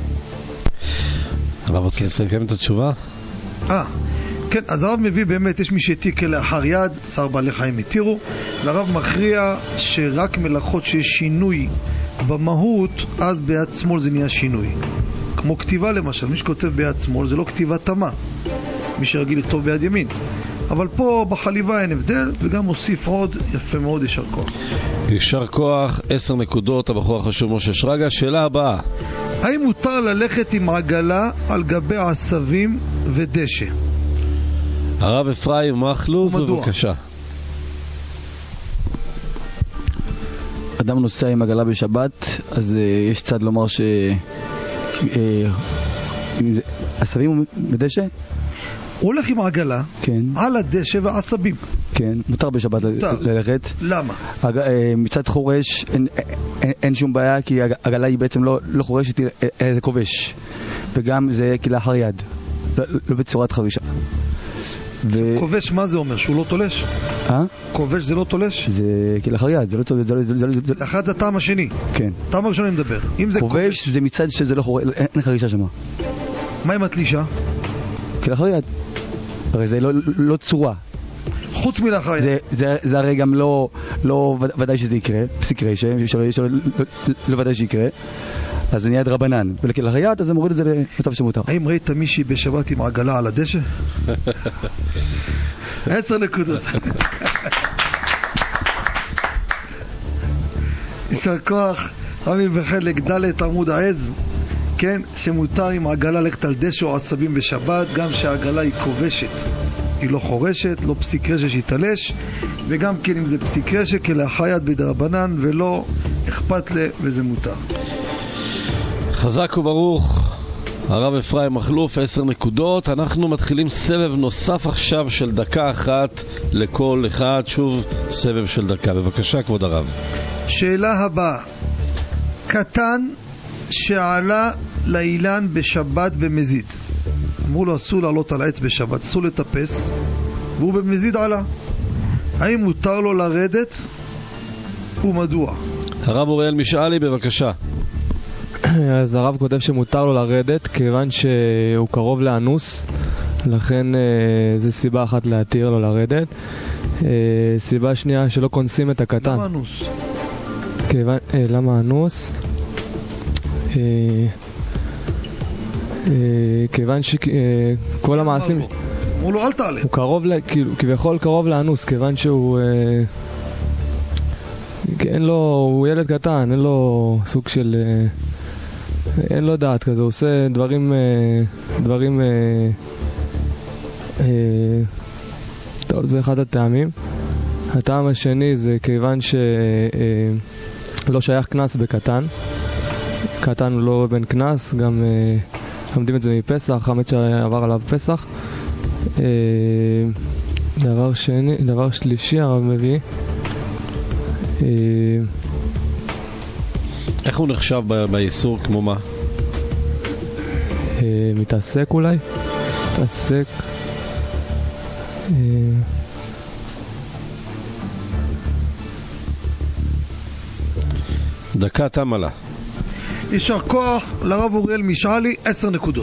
Speaker 4: הרב רוצה לסכם את התשובה?
Speaker 3: כן, אז הרב מביא באמת, יש מי שהתיר כלאחר יד, צער בעלי חיים התירו, והרב מכריע שרק מלאכות שיש שינוי במהות, אז ביד שמאל זה נהיה שינוי. כמו כתיבה למשל, מי שכותב ביד שמאל זה לא כתיבה תמה, מי שרגיל לכתוב ביד ימין. אבל פה בחליבה אין הבדל, וגם מוסיף עוד, יפה מאוד, יישר כוח.
Speaker 4: יישר כוח, 10 נקודות, הבחור החשוב משה שרגא. שאלה הבאה.
Speaker 3: האם מותר ללכת עם עגלה על גבי עשבים ודשא?
Speaker 4: הרב אפרים מחלוף, בבקשה.
Speaker 11: אדם נוסע עם עגלה בשבת, אז יש צד לומר ש... עשבים ודשא?
Speaker 3: הוא הולך עם העגלה,
Speaker 11: כן.
Speaker 3: על הדשא ועשבים.
Speaker 11: כן, מותר בשבת ללכת.
Speaker 3: למה?
Speaker 11: מצד חורש אין שום בעיה, כי העגלה היא בעצם לא חורשת, זה כובש. וגם זה כלאחר יד, לא בצורת חרישה.
Speaker 3: כובש, מה זה אומר? שהוא לא תולש? כובש זה לא תולש?
Speaker 11: זה כלאחר יד, זה לא תולש.
Speaker 3: לאחד זה הטעם השני.
Speaker 11: כן.
Speaker 3: הטעם הראשון אני מדבר.
Speaker 11: כובש זה מצד שזה לא חורש, אין חרישה שמה.
Speaker 3: מה עם התלישה?
Speaker 11: כלאחר יד. הרי זה לא צורה.
Speaker 3: חוץ מלאחר יד.
Speaker 11: זה הרי גם לא ודאי שזה יקרה, פסיק רשע, לא ודאי שיקרה. אז זה נהיה דרבנן, ולכלאחר יד, אז זה מוריד את זה למצב שמותר.
Speaker 3: האם ראית מישהי בשבת עם עגלה על הדשא? 10 נקודות. יישר כוח, רבי בחלק ד' עמוד העז, כן, שמותר עם עגלה ללכת על דשא או עשבים בשבת, גם שהעגלה היא כובשת, היא לא חורשת, לא פסיק רשע שיתלש, וגם כן אם זה פסיק רשע כלאחר יד בדרבנן, ולא אכפת לה וזה מותר.
Speaker 4: חזק וברוך, הרב אפרים מחלוף, 10 נקודות. אנחנו מתחילים סבב נוסף עכשיו של דקה אחת לכל אחד, שוב סבב של דקה. בבקשה כבוד הרב.
Speaker 3: שאלה הבאה, קטן שעלה לאילן בשבת במזיד, אמרו לו אסור לעלות על העץ בשבת, אסור לטפס, והוא במזיד עלה, האם מותר לו לרדת ומדוע?
Speaker 4: הרב אוריאל משאלי, בבקשה.
Speaker 7: אז הרב כותב שמותר לו לרדת כיוון שהוא קרוב לאנוס, לכן זו סיבה אחת להתיר לו לרדת. סיבה שנייה שלא כונסים את הקטן.
Speaker 3: למה אנוס?
Speaker 7: למה אנוס? כיוון שכל המעשים
Speaker 3: אמרו לו אל תעלה,
Speaker 7: הוא קרוב, כביכול קרוב לאנוס, כיוון שהוא אין לו, הוא ילד קטן, אין לו סוג של אין לו דעת כזה, הוא עושה דברים טוב, זה אחד הטעמים. הטעם השני זה כיוון שלא שייך כנס בקטן. קטן הוא לא בן כנס, גם לומדים את זה מפסח, חמץ שעבר עליו פסח. דבר שלישי הרב מביא,
Speaker 4: איך הוא נחשב באיסור, כמו מה?
Speaker 7: מתעסק אולי? מתעסק
Speaker 4: דקה תמה לה.
Speaker 3: יישר כוח לרב אוריאל משעלי, 10 נקודות.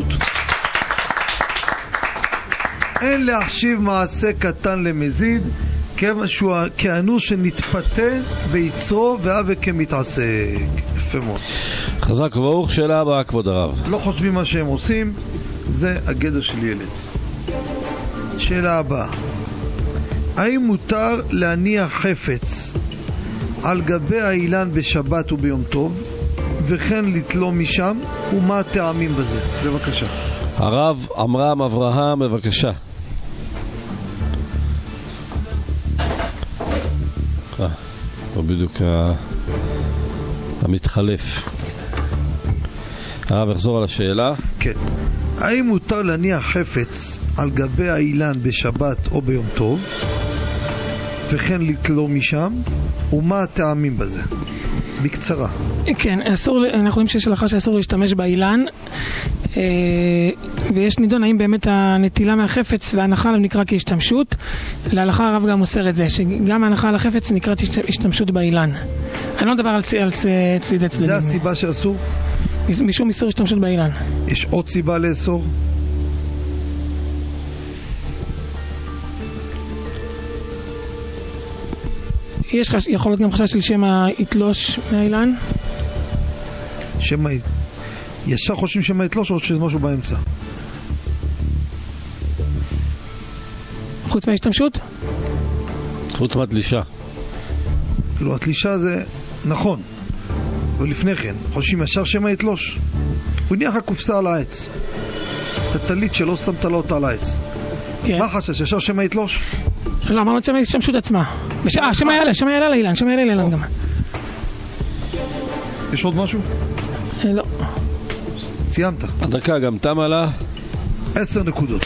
Speaker 3: אין להחשיב מעשה קטן למזיד, כיוון שהוא כאנוש שנתפתה ביצרו והווה כמתעסק. יפה מאוד.
Speaker 4: חזק וברוך. שאלה הבאה, כבוד הרב.
Speaker 3: לא חושבים מה שהם עושים, זה הגדר של ילד. שאלה הבאה, האם מותר להניח חפץ על גבי האילן בשבת וביום טוב, וכן לתלו משם, ומה הטעמים בזה? בבקשה.
Speaker 4: הרב עמרם אברהם, בבקשה. פה בדיוק המתחלף. הרב יחזור על השאלה.
Speaker 3: כן. האם מותר להניח חפץ על גבי האילן בשבת או ביום טוב, וכן לתלו משם, ומה הטעמים בזה? בקצרה.
Speaker 2: כן, אנחנו רואים שיש הלכה שאסור להשתמש באילן, ויש נידון האם באמת הנטילה מהחפץ וההנחה עליו נקרא כהשתמשות. להלכה הרב גם מוסר את זה, שגם ההנחה על החפץ נקראת השתמשות באילן. אני לא מדבר על צידי צדדים.
Speaker 3: זה הסיבה שאסור?
Speaker 2: משום איסור השתמשות באילן.
Speaker 3: יש עוד סיבה לאסור?
Speaker 2: יכול להיות גם חשש של שמא יתלוש מהאילן?
Speaker 3: ישר חושבים שמא יתלוש או שזה משהו באמצע?
Speaker 2: חוץ מההשתמשות?
Speaker 4: חוץ מהתלישה.
Speaker 3: כאילו התלישה זה נכון, אבל לפני כן חושבים ישר שמא יתלוש. הוא ניח הקופסה על העץ, את הטלית שלא שמת לו אותה על העץ. מה חשש? ישר שמא יתלוש?
Speaker 2: לא, אמרנו את שמא ההשתמשות עצמה. שמא יעלה לאילן, שמא יעלה לאילן גם.
Speaker 3: יש עוד משהו?
Speaker 2: לא.
Speaker 3: סיימת.
Speaker 4: הדקה גם תמה לה.
Speaker 3: 10 נקודות.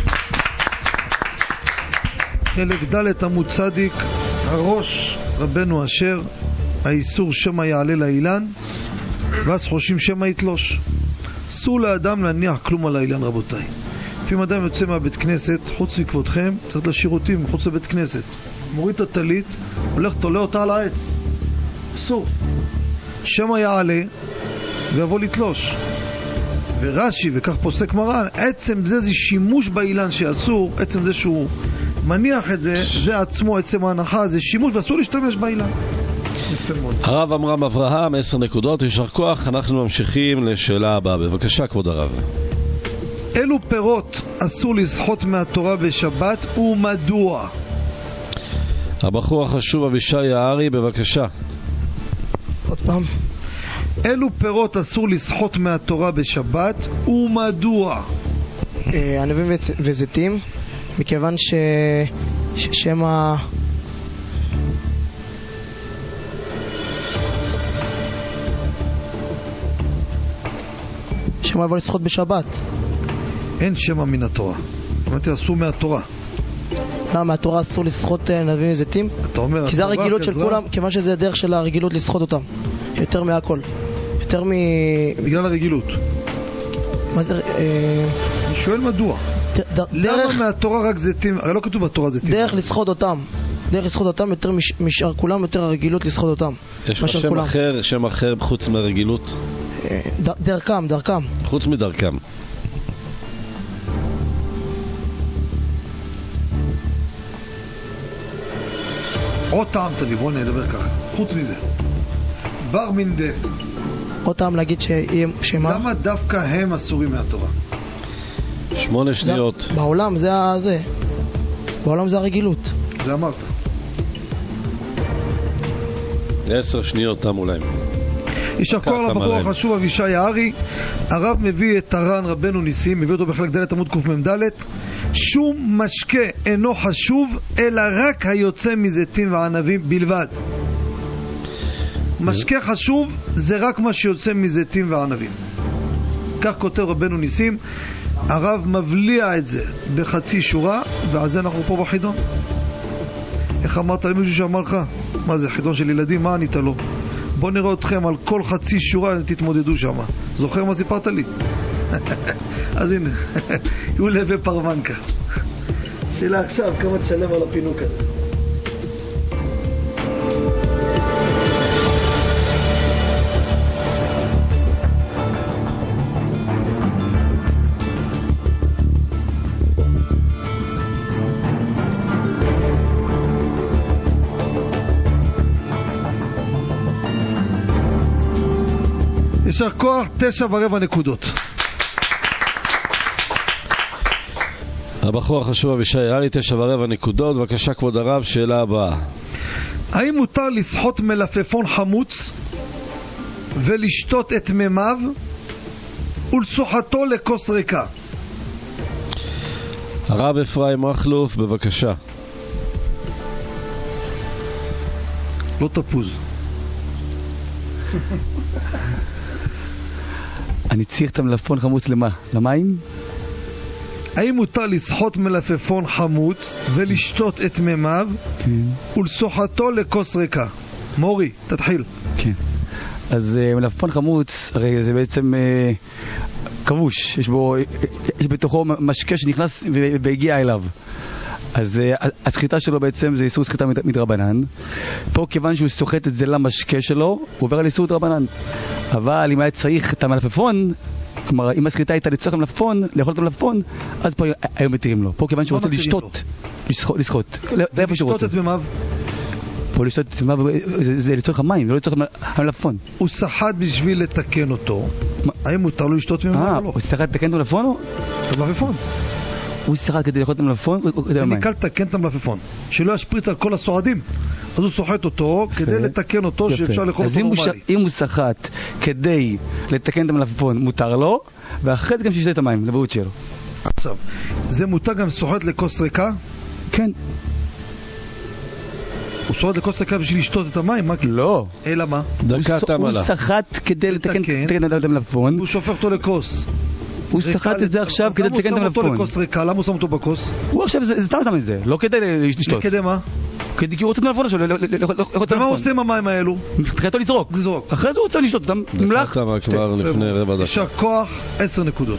Speaker 3: חלק ד' עמוד צדיק, הראש רבנו אשר, האיסור שמא יעלה לאילן, ואז חושבים שמא יתלוש. אסור לאדם להניח כלום על האילן, רבותיי. לפעמים אדם יוצא מהבית כנסת, חוץ מכבודכם, צריך לשירותים, חוץ לבית כנסת. מוריד את הטלית, הולך תולה אותה על העץ. אסור. שמא יעלה ויבוא לתלוש. ורש"י, וכך פוסק מרן, עצם זה שימוש באילן שאסור, עצם זה שהוא מניח את זה, זה עצמו, עצם ההנחה, זה שימוש ואסור להשתמש באילן. יפה מאוד.
Speaker 4: הרב עמרם אברהם, 10 נקודות, יישר כוח. אנחנו ממשיכים לשאלה הבאה. בבקשה, כבוד הרב.
Speaker 3: אילו פירות אסור לסחוט מהתורה בשבת ומדוע?
Speaker 4: הבחור החשוב אבישי יערי, בבקשה.
Speaker 5: עוד פעם.
Speaker 3: אילו פירות אסור לסחוט מהתורה בשבת ומדוע?
Speaker 5: ענבים וזיתים, מכיוון ששמה יבוא לסחוט בשבת.
Speaker 3: אין שמא מן התורה. אמרתי אסור מהתורה.
Speaker 5: למה מהתורה אסור לסחוט ענבים וזיתים?
Speaker 3: אתה אומר
Speaker 5: כי זה הרגילות של כולם, כיוון שזה הדרך של הרגילות לסחוט אותם יותר מהכל, יותר
Speaker 3: בגלל הרגילות.
Speaker 5: מה זה?
Speaker 3: אני שואל מדוע. למה מהתורה רק זיתים? הרי לא כתוב בתורה זיתים.
Speaker 5: דרך לסחוט אותם, יותר משאר כולם, יותר הרגילות לסחוט אותם.
Speaker 4: יש לך שם אחר חוץ מהרגילות?
Speaker 5: דרכם.
Speaker 4: חוץ מדרכם.
Speaker 3: עוד טעם תביא, בואו נדבר ככה. חוץ מזה, בר מינדה.
Speaker 5: עוד טעם להגיד שמה?
Speaker 3: למה דווקא הם אסורים מהתורה?
Speaker 4: 8 שניות.
Speaker 5: בעולם זה בעולם זה הרגילות.
Speaker 3: זה אמרת.
Speaker 4: 10 שניות תמו להם.
Speaker 3: יישר כוח לבחור החשוב אבישי יערי. הרב מביא את הר"ן רבנו ניסים, מביא אותו בחלק ד' עמוד קמ"ד. שום משקה אינו חשוב אלא רק היוצא מזיתים וענבים בלבד. משקה חשוב זה רק מה שיוצא מזיתים וענבים. כך כותב רבנו ניסים. הרב מבליע את זה בחצי שורה, ועל זה אנחנו פה בחידון. איך אמרת למישהו שאמר לך? מה זה, חידון של ילדים? מה ענית לו? בוא נראה אתכם על כל חצי שורה תתמודדו שם. זוכר מה סיפרת לי? אז הנה, יהיו לבי פרמנקה. שאלה עכשיו, כמה תשלם על הפינוק הזה? יישר כוח, 9.25 נקודות.
Speaker 4: הבחור החשוב אבישי יערי, 9.25 נקודות. בבקשה כבוד הרב, שאלה הבאה.
Speaker 3: האם מותר לסחוט מלפפון חמוץ ולשתות את מימיו ולסוחתו לכוס ריקה?
Speaker 4: הרב אפרים מחלוף, בבקשה.
Speaker 3: לא תפוז.
Speaker 11: אני צריך את המלפפון חמוץ למה? למים?
Speaker 3: האם מותר לסחוט מלפפון חמוץ ולשתות את מימיו ולסוחתו לכוס ריקה? מורי, תתחיל.
Speaker 11: כן. אז מלפפון חמוץ, הרי זה בעצם כבוש. יש בתוכו משקה שנכנס והגיע אליו. אז הסחיטה שלו בעצם זה איסור סחיטה מדרבנן. פה כיוון שהוא סוחט את זה למשקה שלו, הוא עובר על איסור דרבנן. אבל אם היה צריך את המלפפון, כלומר אם הסחיטה הייתה לצורך המלפפון, לאכול את המלפפון, אז פה היו מתירים לו. פה כיוון שהוא רוצה לשתות, לשחוט, לאיפה שהוא רוצה.
Speaker 3: לשתות את מימיו?
Speaker 11: פה לשתות את מימיו זה לצורך המים, ולא לצורך המלפפון.
Speaker 3: הוא סחט בשביל לתקן אותו. האם מותר לו לשתות מימיו או לא?
Speaker 11: הוא סחט לתקן את המלפפון או?
Speaker 3: את המלפפון.
Speaker 11: הוא סחט כדי לאכול את המלפפון או כדי המים?
Speaker 3: זה נקל לתקן את המלפפון, שלא ישפריץ על כל הסועדים. אז הוא סוחט אותו כדי לתקן אותו, שאפשר לאכול אותו נורמלי.
Speaker 11: אז אם הוא סחט כדי לתקן את המלפפון, מותר לו, ואחרי זה גם שישתה את המים, לבריאות שלו.
Speaker 3: עכשיו, זה מותר גם סוחט לכוס ריקה?
Speaker 11: כן.
Speaker 3: הוא סוחט לכוס ריקה בשביל לשתות את המים?
Speaker 11: לא.
Speaker 3: אלא מה?
Speaker 11: הוא סחט כדי לתקן את המלפפון.
Speaker 3: הוא שופך אותו לכוס.
Speaker 11: הוא סחט את זה עכשיו כדי לתקן את המלפפון.
Speaker 3: למה הוא שם אותו לכוס ריקה? למה הוא שם אותו בכוס?
Speaker 11: הוא עכשיו, זה סתם שם את זה, לא כדי לשתות.
Speaker 3: כדי מה?
Speaker 11: כי הוא רוצה את המלפפון עכשיו,
Speaker 3: ומה הוא עושה עם המים האלו?
Speaker 11: מבחינתו לזרוק. אחרי זה הוא רוצה לשתות אותם, נמלח.
Speaker 4: כבר לפני רבע דקה.
Speaker 3: יישר כוח, 10 נקודות.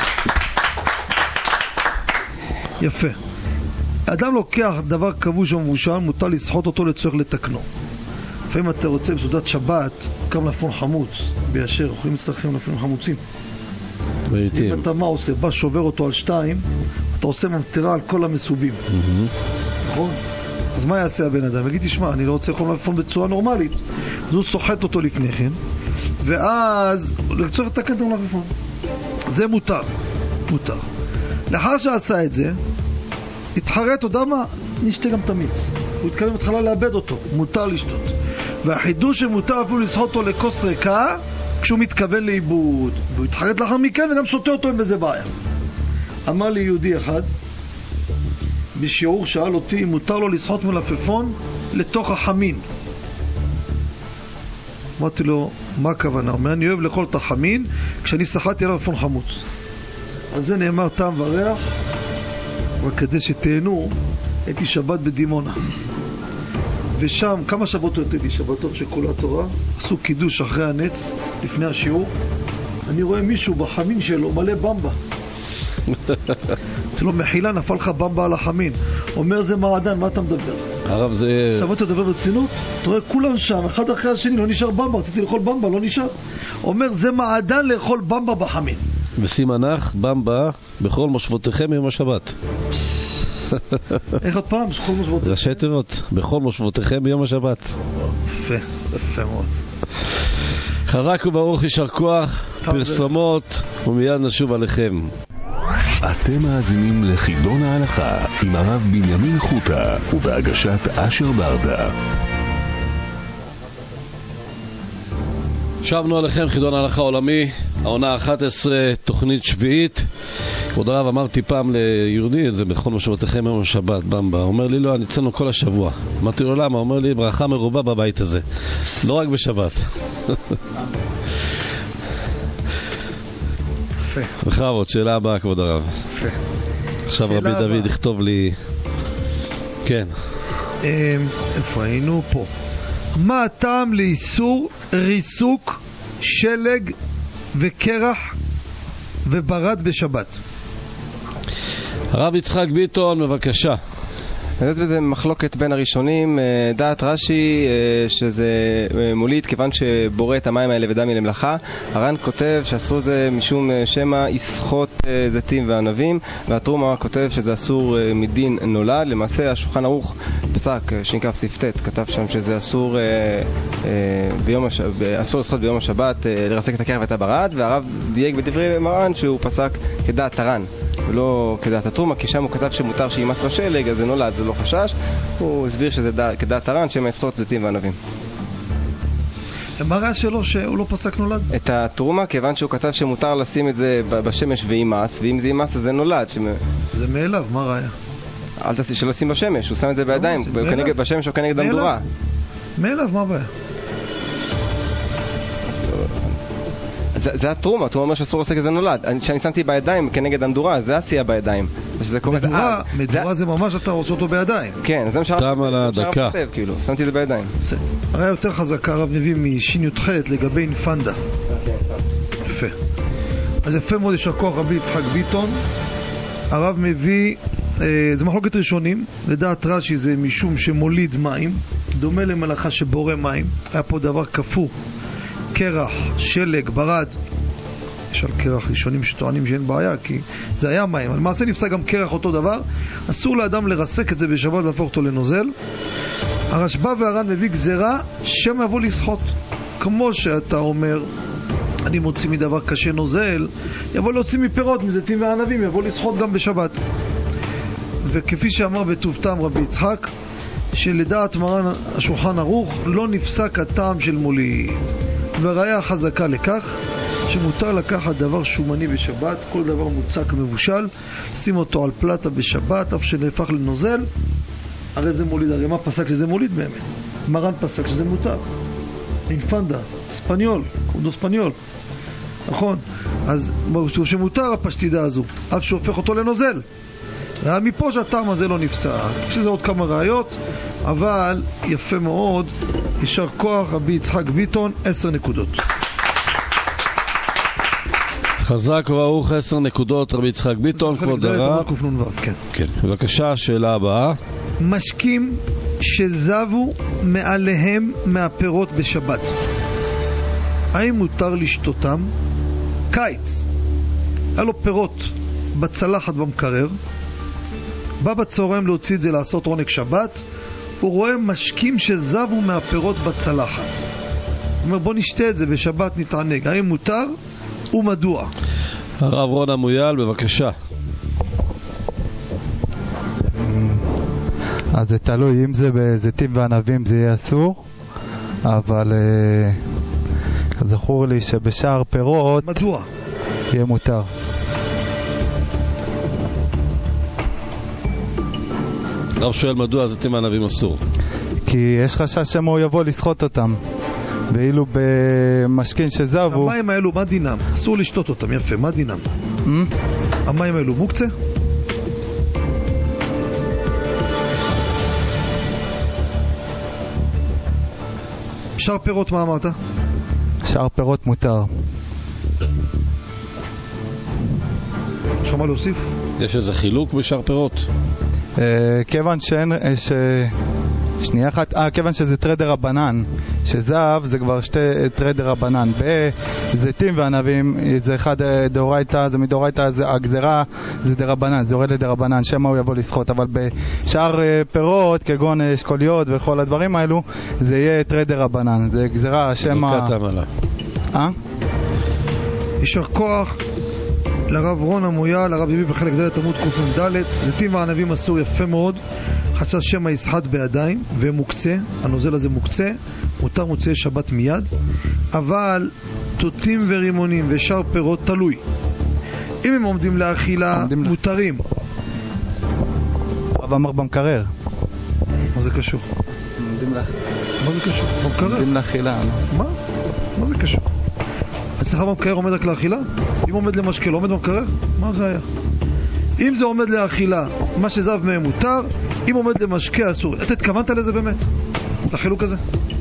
Speaker 3: יפה. אדם לוקח דבר כבוש או מבושל, מותר לסחוט אותו לצורך לתקנו. לפעמים אתה רוצה בסעודת שבת, קם מלפפון חמוץ, בישר, יכולים להצטרכים מלפפונים חמוצים. אם אתה מה עושה? בא שובר אותו על 2, אתה עושה ממטרה על כל המסובים. נכון? אז מה יעשה הבן אדם? יגיד, תשמע, אני לא רוצה לאכול מלפפון בצורה נורמלית. אז הוא סוחט אותו לפני כן, ואז לצורך לתקן את המלפפון. זה מותר. מותר. לאחר שעשה את זה, התחרט, יודע מה? נשתה גם תמיץ. הוא התכוון מתחילה לאבד אותו. מותר לשתות. והחידוש שמותר אפילו לסחוט אותו לכוס ריקה, כשהוא מתכוון לאיבוד, והוא התחרט לאחר מכן וגם שותה אותו עם איזה בעיה. אמר לי יהודי אחד בשיעור, שאל אותי אם מותר לו לסחוט מלפפון לתוך החמין. אמרתי לו, מה הכוונה? אומר, אני אוהב לאכול את החמין כשאני סחטתי מלפפון חמוץ. על זה נאמר טעם וריח, וכדי שתהנו, הייתי שבת בדימונה, ושם כמה שבתות הייתי, שבתות של כל התורה, עשו קידוש אחרי הנץ, לפני השיעור. אני רואה מישהו בחמין שלו מלא במבה. אצלו מחילה, נפל לך במבה על החמין. אומר, זה מעדן, מה אתה מדבר?
Speaker 4: הרב זה...
Speaker 3: עכשיו אתה מדבר ברצינות? אתה רואה כולם שם, אחד אחרי השני, לא נשאר במבה, רציתי לאכול במבה, לא נשאר. אומר, זה מעדן לאכול במבה בחמין.
Speaker 4: וסימנך במבה בכל מושבותיכם יום השבת.
Speaker 3: איך עוד פעם? בכל מושבותיכם?
Speaker 4: ראשי תיבות, בכל מושבותיכם ביום השבת.
Speaker 3: יפה, יפה מאוד.
Speaker 4: חזק וברוך, יישר כוח, פרסומות, ומיד נשוב עליכם.
Speaker 6: אתם מאזינים לחידון ההלכה עם הרב בנימין חוטה ובהגשת אשר ברדה.
Speaker 4: שבנו עליכם חידון ההלכה העולמי, העונה 11, תוכנית שביעית. כבוד הרב, אמרתי פעם ליהודי את זה בכל משבותיכם יום השבת, במבה. אומר לי, לא, אני אצלנו כל השבוע. אמרתי לו, למה? אומר לי, ברכה מרובה בבית הזה, לא רק בשבת. בכבוד, שאלה הבאה, כבוד הרב. עכשיו רבי דוד יכתוב לי. כן.
Speaker 3: איפה היינו? פה. מה הטעם לאיסור ריסוק שלג וקרח וברד בשבת?
Speaker 4: הרב יצחק ביטון, בבקשה.
Speaker 8: יש בזה מחלוקת בין הראשונים. דעת רש"י שזה מוליד כיוון שבורא את המים האלה ודם למלאכה. הר"ן כותב שעשו זה משום שמא יסחוט זיתים וענבים, והתרומה כותב שזה אסור מדין נולד. למעשה השולחן ערוך פסק שנקרא ספטט, כתב שם שזה אסור אסור לשחוט ביום השבת לרסק את הקרח ואת הברד, והרב דייק בדברי מרן שהוא פסק כדעת הר"ן ולא כדעת התרומה, כי שם הוא כתב שמותר שימס בשלג, אז זה נולד, זה לא חשש. הוא הסביר שזה כדעת הר"ן, שמא יסחוט זיתים וענבים.
Speaker 3: מה הרעש שלו שהוא לא פסק נולד?
Speaker 8: את התרומה, כיוון שהוא כתב שמותר לשים את זה בשמש וימס, ואם זה ימס אז זה נולד.
Speaker 3: זה מאליו, מה הרעיה?
Speaker 8: אל תעשי שלא שים בשמש, הוא שם את זה בידיים, בשמש או כנגד המדורה.
Speaker 3: מאליו, מה הבעיה?
Speaker 8: זה התרומה, הוא אומר שאסור לעסק את זה נולד. שאני שמתי בידיים כנגד המדורה, זה עשייה בידיים.
Speaker 3: מדורה זה ממש אתה עושה אותו בידיים.
Speaker 8: כן, זה מה
Speaker 4: תם על הדקה.
Speaker 8: שמתי את זה בידיים.
Speaker 3: הרי יותר חזקה הרב מביא משי"ח לגבי אינפנדה. יפה. אז יפה מאוד, יש הכוח רבי יצחק ביטון. הרב מביא, זה מחלוקת ראשונים, לדעת רש"י זה משום שמוליד מים, דומה למלאכה שבורא מים. היה פה דבר כפו, קרח, שלג, ברד. יש על קרח ראשונים שטוענים שאין בעיה, כי זה היה מים. אבל למעשה נפסק גם קרח אותו דבר. אסור לאדם לרסק את זה בשבת ולהפוך אותו לנוזל. הרשב"א והר"ן מביא גזרה שמא יבוא לשחוט. כמו שאתה אומר, אני מוציא מדבר קשה נוזל, יבוא להוציא מפירות, מזיתים וענבים, יבוא לשחוט גם בשבת. וכפי שאמר בטוב טעם רבי יצחק, שלדעת מרן השולחן ערוך לא נפסק הטעם של מוליד. וראיה חזקה לכך שמותר לקחת דבר שומני בשבת, כל דבר מוצק מבושל, שים אותו על פלטה בשבת, אף שנהפך לנוזל, הרי זה מוליד. הרי מה פסק שזה מוליד באמת? מרן פסק שזה מותר. אינפנדה, ספניול, קורדו ספניול, נכון? אז שמותר הפשטידה הזו, אף שהופך אותו לנוזל. מפה שהטעם הזה לא נפסק. יש לזה עוד כמה ראיות, אבל יפה מאוד. יישר כוח רבי יצחק ביטון, 10 נקודות.
Speaker 4: חזק וברוך, 10 נקודות רבי יצחק ביטון. כבוד הרב, כן. בבקשה, השאלה הבאה.
Speaker 3: משקים שזבו מעליהם מהפירות בשבת, האם מותר לשתותם? קיץ, היה לו פירות בצלחת במקרר, בא בצהריים להוציא את זה לעשות עונג שבת, הוא רואה משקים שזבו מהפירות בצלחת, הוא אומר בוא נשתה את זה בשבת נתענג, האם מותר ומדוע?
Speaker 4: הרב רון המויאל, בבקשה.
Speaker 9: אז זה תלוי, אם זה בזיתים וענבים זה יהיה אסור, אבל זכור לי שבשאר פירות
Speaker 3: מדוע?
Speaker 9: יהיה מותר.
Speaker 4: הרב שואל מדוע זיתים וענבים אסור?
Speaker 9: כי יש חשש שמא הוא יבוא לסחוט אותם, ואילו במשכין שזבו...
Speaker 3: המים האלו, מה דינם? אסור לשתות אותם, יפה, מה דינם? המים האלו מוקצה? שאר פירות מה אמרת?
Speaker 9: שאר פירות מותר.
Speaker 3: יש לך מה להוסיף?
Speaker 4: יש איזה חילוק בשאר פירות?
Speaker 9: כיוון שאין... שנייה אחת, כיוון שזה טרדר הבנן, שזב זה כבר שתי טרדר הבנן. בזיתים וענבים זה אחד דאורייתא, זה מדאורייתא, הגזרה זה דרבנן, זה יורד לדרבנן, שמא הוא יבוא לשחוט. אבל בשאר פירות כגון אשכוליות וכל הדברים האלו זה יהיה טרדר הבנן, זה גזרה שמא...
Speaker 3: יישר כוח לרב רון המויאל, הרב יביא בחלק ד' עמוד קנ"ד. זיתים וענבים אסור, יפה מאוד. חשש שמא יסחט בידיים ומוקצה, הנוזל הזה מוקצה, מותר מוצאי שבת מיד, אבל תותים ורימונים ושאר פירות תלוי. אם הם עומדים לאכילה, מותרים.
Speaker 9: הרב אמר במקרר.
Speaker 3: מה זה קשור? מה זה קשור? במקרר?
Speaker 9: עומדים לאכילה.
Speaker 3: מה זה קשור? אצלך במקרר עומד רק לאכילה? אם עומד למשקה, לא עומד במקרר? מה הראיה? אם זה עומד לאכילה, מה שזב מהם מותר, אם עומד למשקה אסור. אתה התכוונת לזה באמת? לחילוק הזה?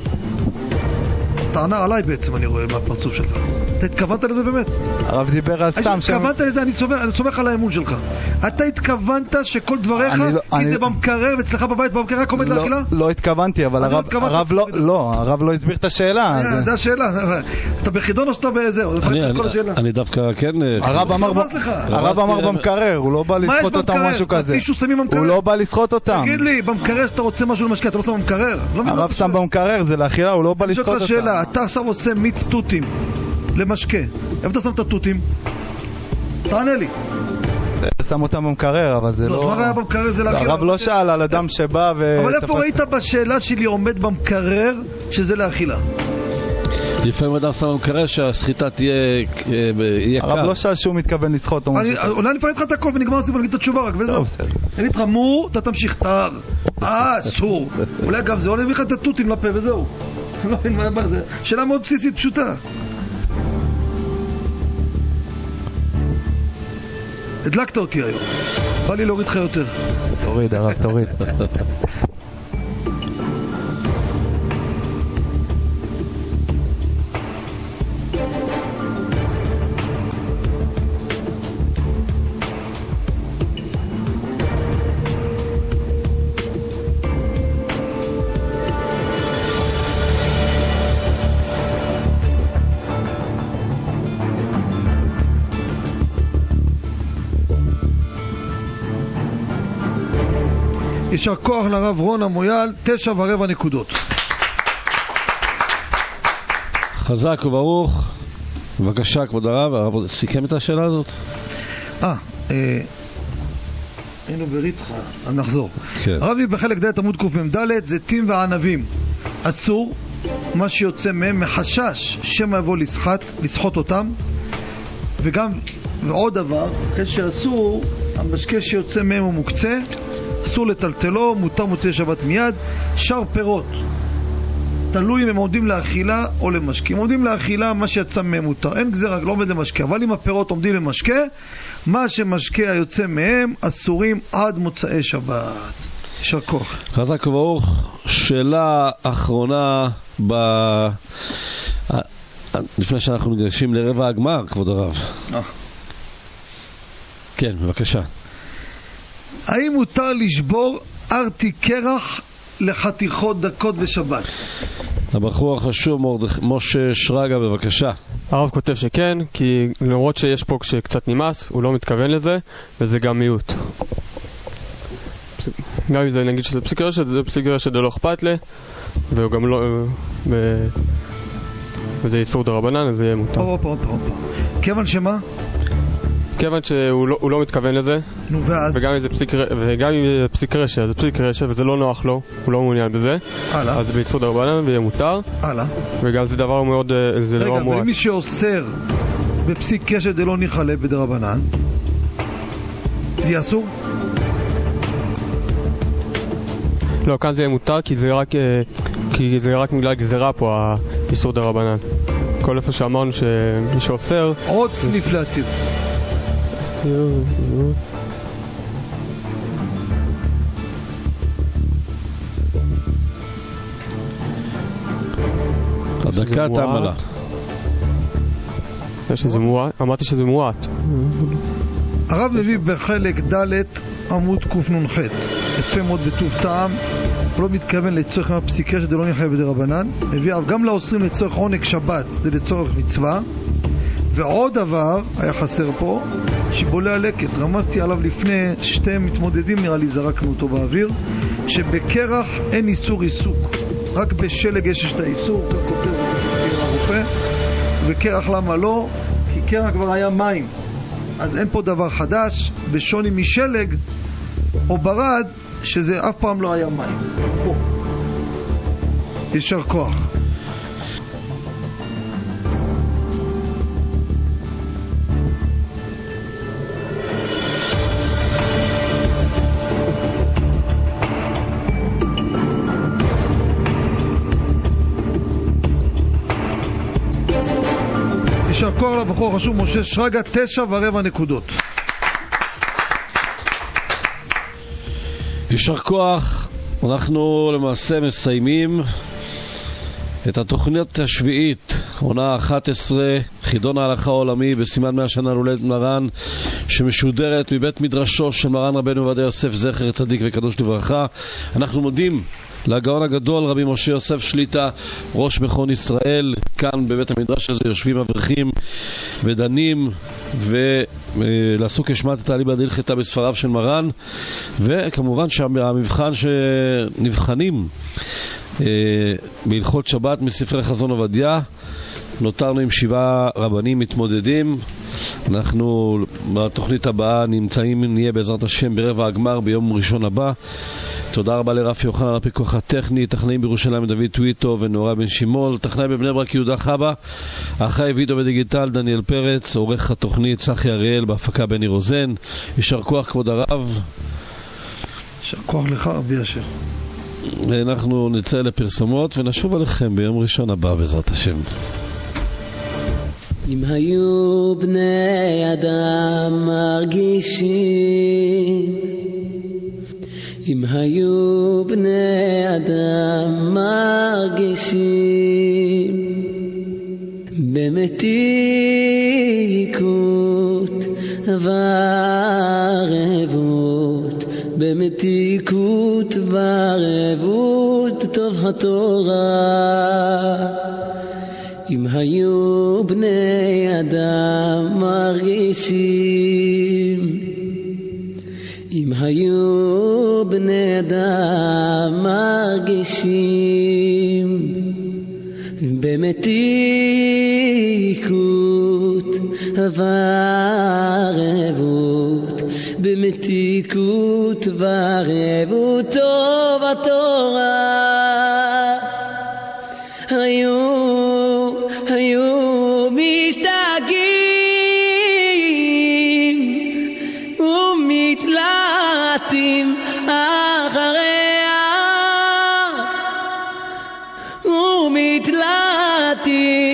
Speaker 3: טענה עליי בעצם, אני רואה מהפרצוף שלך. אתה התכוונת לזה באמת?
Speaker 9: הרב דיבר על סתם
Speaker 3: התכוונת לזה, אני סומך על האמון שלך. אתה התכוונת שכל דבריך, כי זה במקרר, ואצלך בבית במקרר רק עומד לאכילה?
Speaker 9: לא התכוונתי, אבל הרב לא הסביר את השאלה.
Speaker 3: זה השאלה. אתה בחידון או שאתה באיזהו?
Speaker 4: אני דווקא כן...
Speaker 9: הרב אמר במקרר, הוא לא בא לסחוט אותם או משהו כזה. הוא לא בא לסחוט אותם.
Speaker 3: תגיד לי, במקרר שאתה רוצה משהו למשקה, אתה לא שם במקרר?
Speaker 9: הרב שם במקרר, זה לאכילה, הוא לא בא לסחוט אותם.
Speaker 3: אתה עכשיו עושה מיץ תותים למשקה, איפה אתה שם את התותים? תענה לי.
Speaker 9: שם אותם במקרר, אבל זה לא...
Speaker 3: מה ראה במקרר זה לאכילה?
Speaker 9: הרב לא שאל על אדם שבא ו...
Speaker 3: אבל איפה ראית בשאלה שלי עומד במקרר שזה לאכילה?
Speaker 4: לפעמים אדם שם במקרר שהסחיטה תהיה קר.
Speaker 9: הרב לא שאל שהוא מתכוון לסחוט או משהו.
Speaker 3: אולי אני אפרט לך את הכל ונגמר הסיפור, נגיד את התשובה רק וזהו. אני אגיד לך מו, אתה תמשיך תר. אסור. אולי גם זה, אולי נביא לך את התותים לפה וזהו. לא, זה שאלה מאוד בסיסית פשוטה. הדלקת אותי היום. בא לי להוריד לך יותר.
Speaker 9: תוריד, הרב, תוריד.
Speaker 3: יישר כוח לרב רון המויאל, 9.25 נקודות.
Speaker 4: חזק וברוך. בבקשה כבוד הרב, הרב סיכם את השאלה הזאת?
Speaker 3: היינו בריתך, נחזור.
Speaker 4: כן.
Speaker 3: הרבי בחלק ד' עמוד קמ"ד, זיתים וענבים אסור, מה שיוצא מהם מחשש שמא יבוא לסחוט אותם, וגם ועוד דבר, אחרי שאסור, המשקה שיוצא מהם הוא מוקצה, אסור לטלטלו, מותר מוצאי שבת מיד. שאר פירות תלוי אם הם עומדים לאכילה או למשקה. אם עומדים לאכילה, מה שיצא מהם מותר, אין גזרה, לא עומד למשקה. אבל אם הפירות עומדים למשקה, מה שמשקה היוצא מהם אסורים עד מוצאי שבת. יישר כוח.
Speaker 4: חזק וברוך. שאלה אחרונה לפני שאנחנו ניגשים לרבע הגמר, כבוד הרב. כן, בבקשה.
Speaker 3: האם מותר לשבור ארתי קרח לחתיכות דקות בשבת?
Speaker 4: הבחור החשוב משה שרגא, בבקשה.
Speaker 12: הרב כותב שכן, כי למרות שיש פה שקצת נמאס, הוא לא מתכוון לזה, וזה גם מיעוט. גם אם זה נגיד שזה פסיק רשת, זה פסיק רשת לא אכפת לי, והוא גם לא... וזה איסור דרבנן, אז זה יהיה מותר.
Speaker 3: כיוון שמה?
Speaker 12: כיוון שהוא לא מתכוון לזה, וגם אם זה פסיק רשת, זה פסיק רשת וזה לא נוח לו, הוא לא מעוניין בזה, אז זה באיסור דרבנן ויהיה מותר, וגם זה דבר מאוד, זה דבר מועט.
Speaker 3: רגע, ומי שאוסר בפסיק קשת זה לא ניחלה בדרבנן, זה יהיה אסור?
Speaker 12: לא, כאן זה יהיה מותר כי זה רק בגלל גזרה פה, האיסור דרבנן. כל איפה שאמרנו שמי שאוסר...
Speaker 3: עוד סניף להתיר.
Speaker 4: הדקה תעמלה.
Speaker 12: אמרתי שזה מועט.
Speaker 3: הרב מביא בחלק ד' עמוד קנ"ח, יפה מאוד בטוב טעם, הוא לא מתכוון לצורך הפסיקה שזה לא נחיה בדרבנן, מביא גם לאוסרים לצורך עונג שבת, זה לצורך מצווה. ועוד דבר היה חסר פה, שיבולי הלקט, רמזתי עליו לפני, שתי מתמודדים נראה לי זרקנו אותו באוויר, שבקרח אין איסור עיסוק, רק בשלג יש את האיסור, כך כותב הרופא. ובקרח למה לא? כי קרח כבר היה מים, אז אין פה דבר חדש, בשוני משלג או ברד, שזה אף פעם לא היה מים. יישר כוח. בחור חשוב, משה שרגא, 9.25 נקודות.
Speaker 4: יישר כוח. אנחנו למעשה מסיימים את התוכנית השביעית, עונה 11, חידון ההלכה העולמי בסימן 100 שנה להולדת מרן, שמשודרת מבית מדרשו של מרן רבנו עובדיה יוסף זכר צדיק וקדוש לברכה. אנחנו מודים לגאון הגדול רבי משה יוסף שליטה, ראש מכון ישראל. כאן בבית המדרש הזה יושבים אברכים ודנים ולעסוק השמעת את העלי בהלכתה בספריו של מרן, וכמובן שהמבחן שנבחנים בהלכות שבת מספרי חזון עובדיה. נותרנו עם 7 רבנים מתמודדים. אנחנו בתוכנית הבאה נהיה בעזרת השם ברבע הגמר ביום ראשון הבא. תודה רבה לרפי יוחנן על הפיקוח הטכני, טכנאים בירושלים דוד טוויטו ונורא בן שימול, טכנאי בבני ברק יהודה חבא, אחראי וידאו בדיגיטל דניאל פרץ, עורך התוכנית צחי אריאל, בהפקה בני רוזן. יישר כוח כבוד הרב.
Speaker 3: יישר כוח לך רבי אשר.
Speaker 4: אנחנו נצא לפרסומות ונשוב עליכם ביום ראשון הבא בעזרת השם.
Speaker 13: אם היו בני אדם מרגישים, אם היו בני אדם מרגישים במתיקות וערבות, במתיקות וערבות טוב התורה. אם היו בני אדם מרגישים, אם היו בני אדם מרגישים במתיקות וערבות, במתיקות וערבות טוב התורה. היו משתגעים ומתלהטים אחריה, ומתלהטים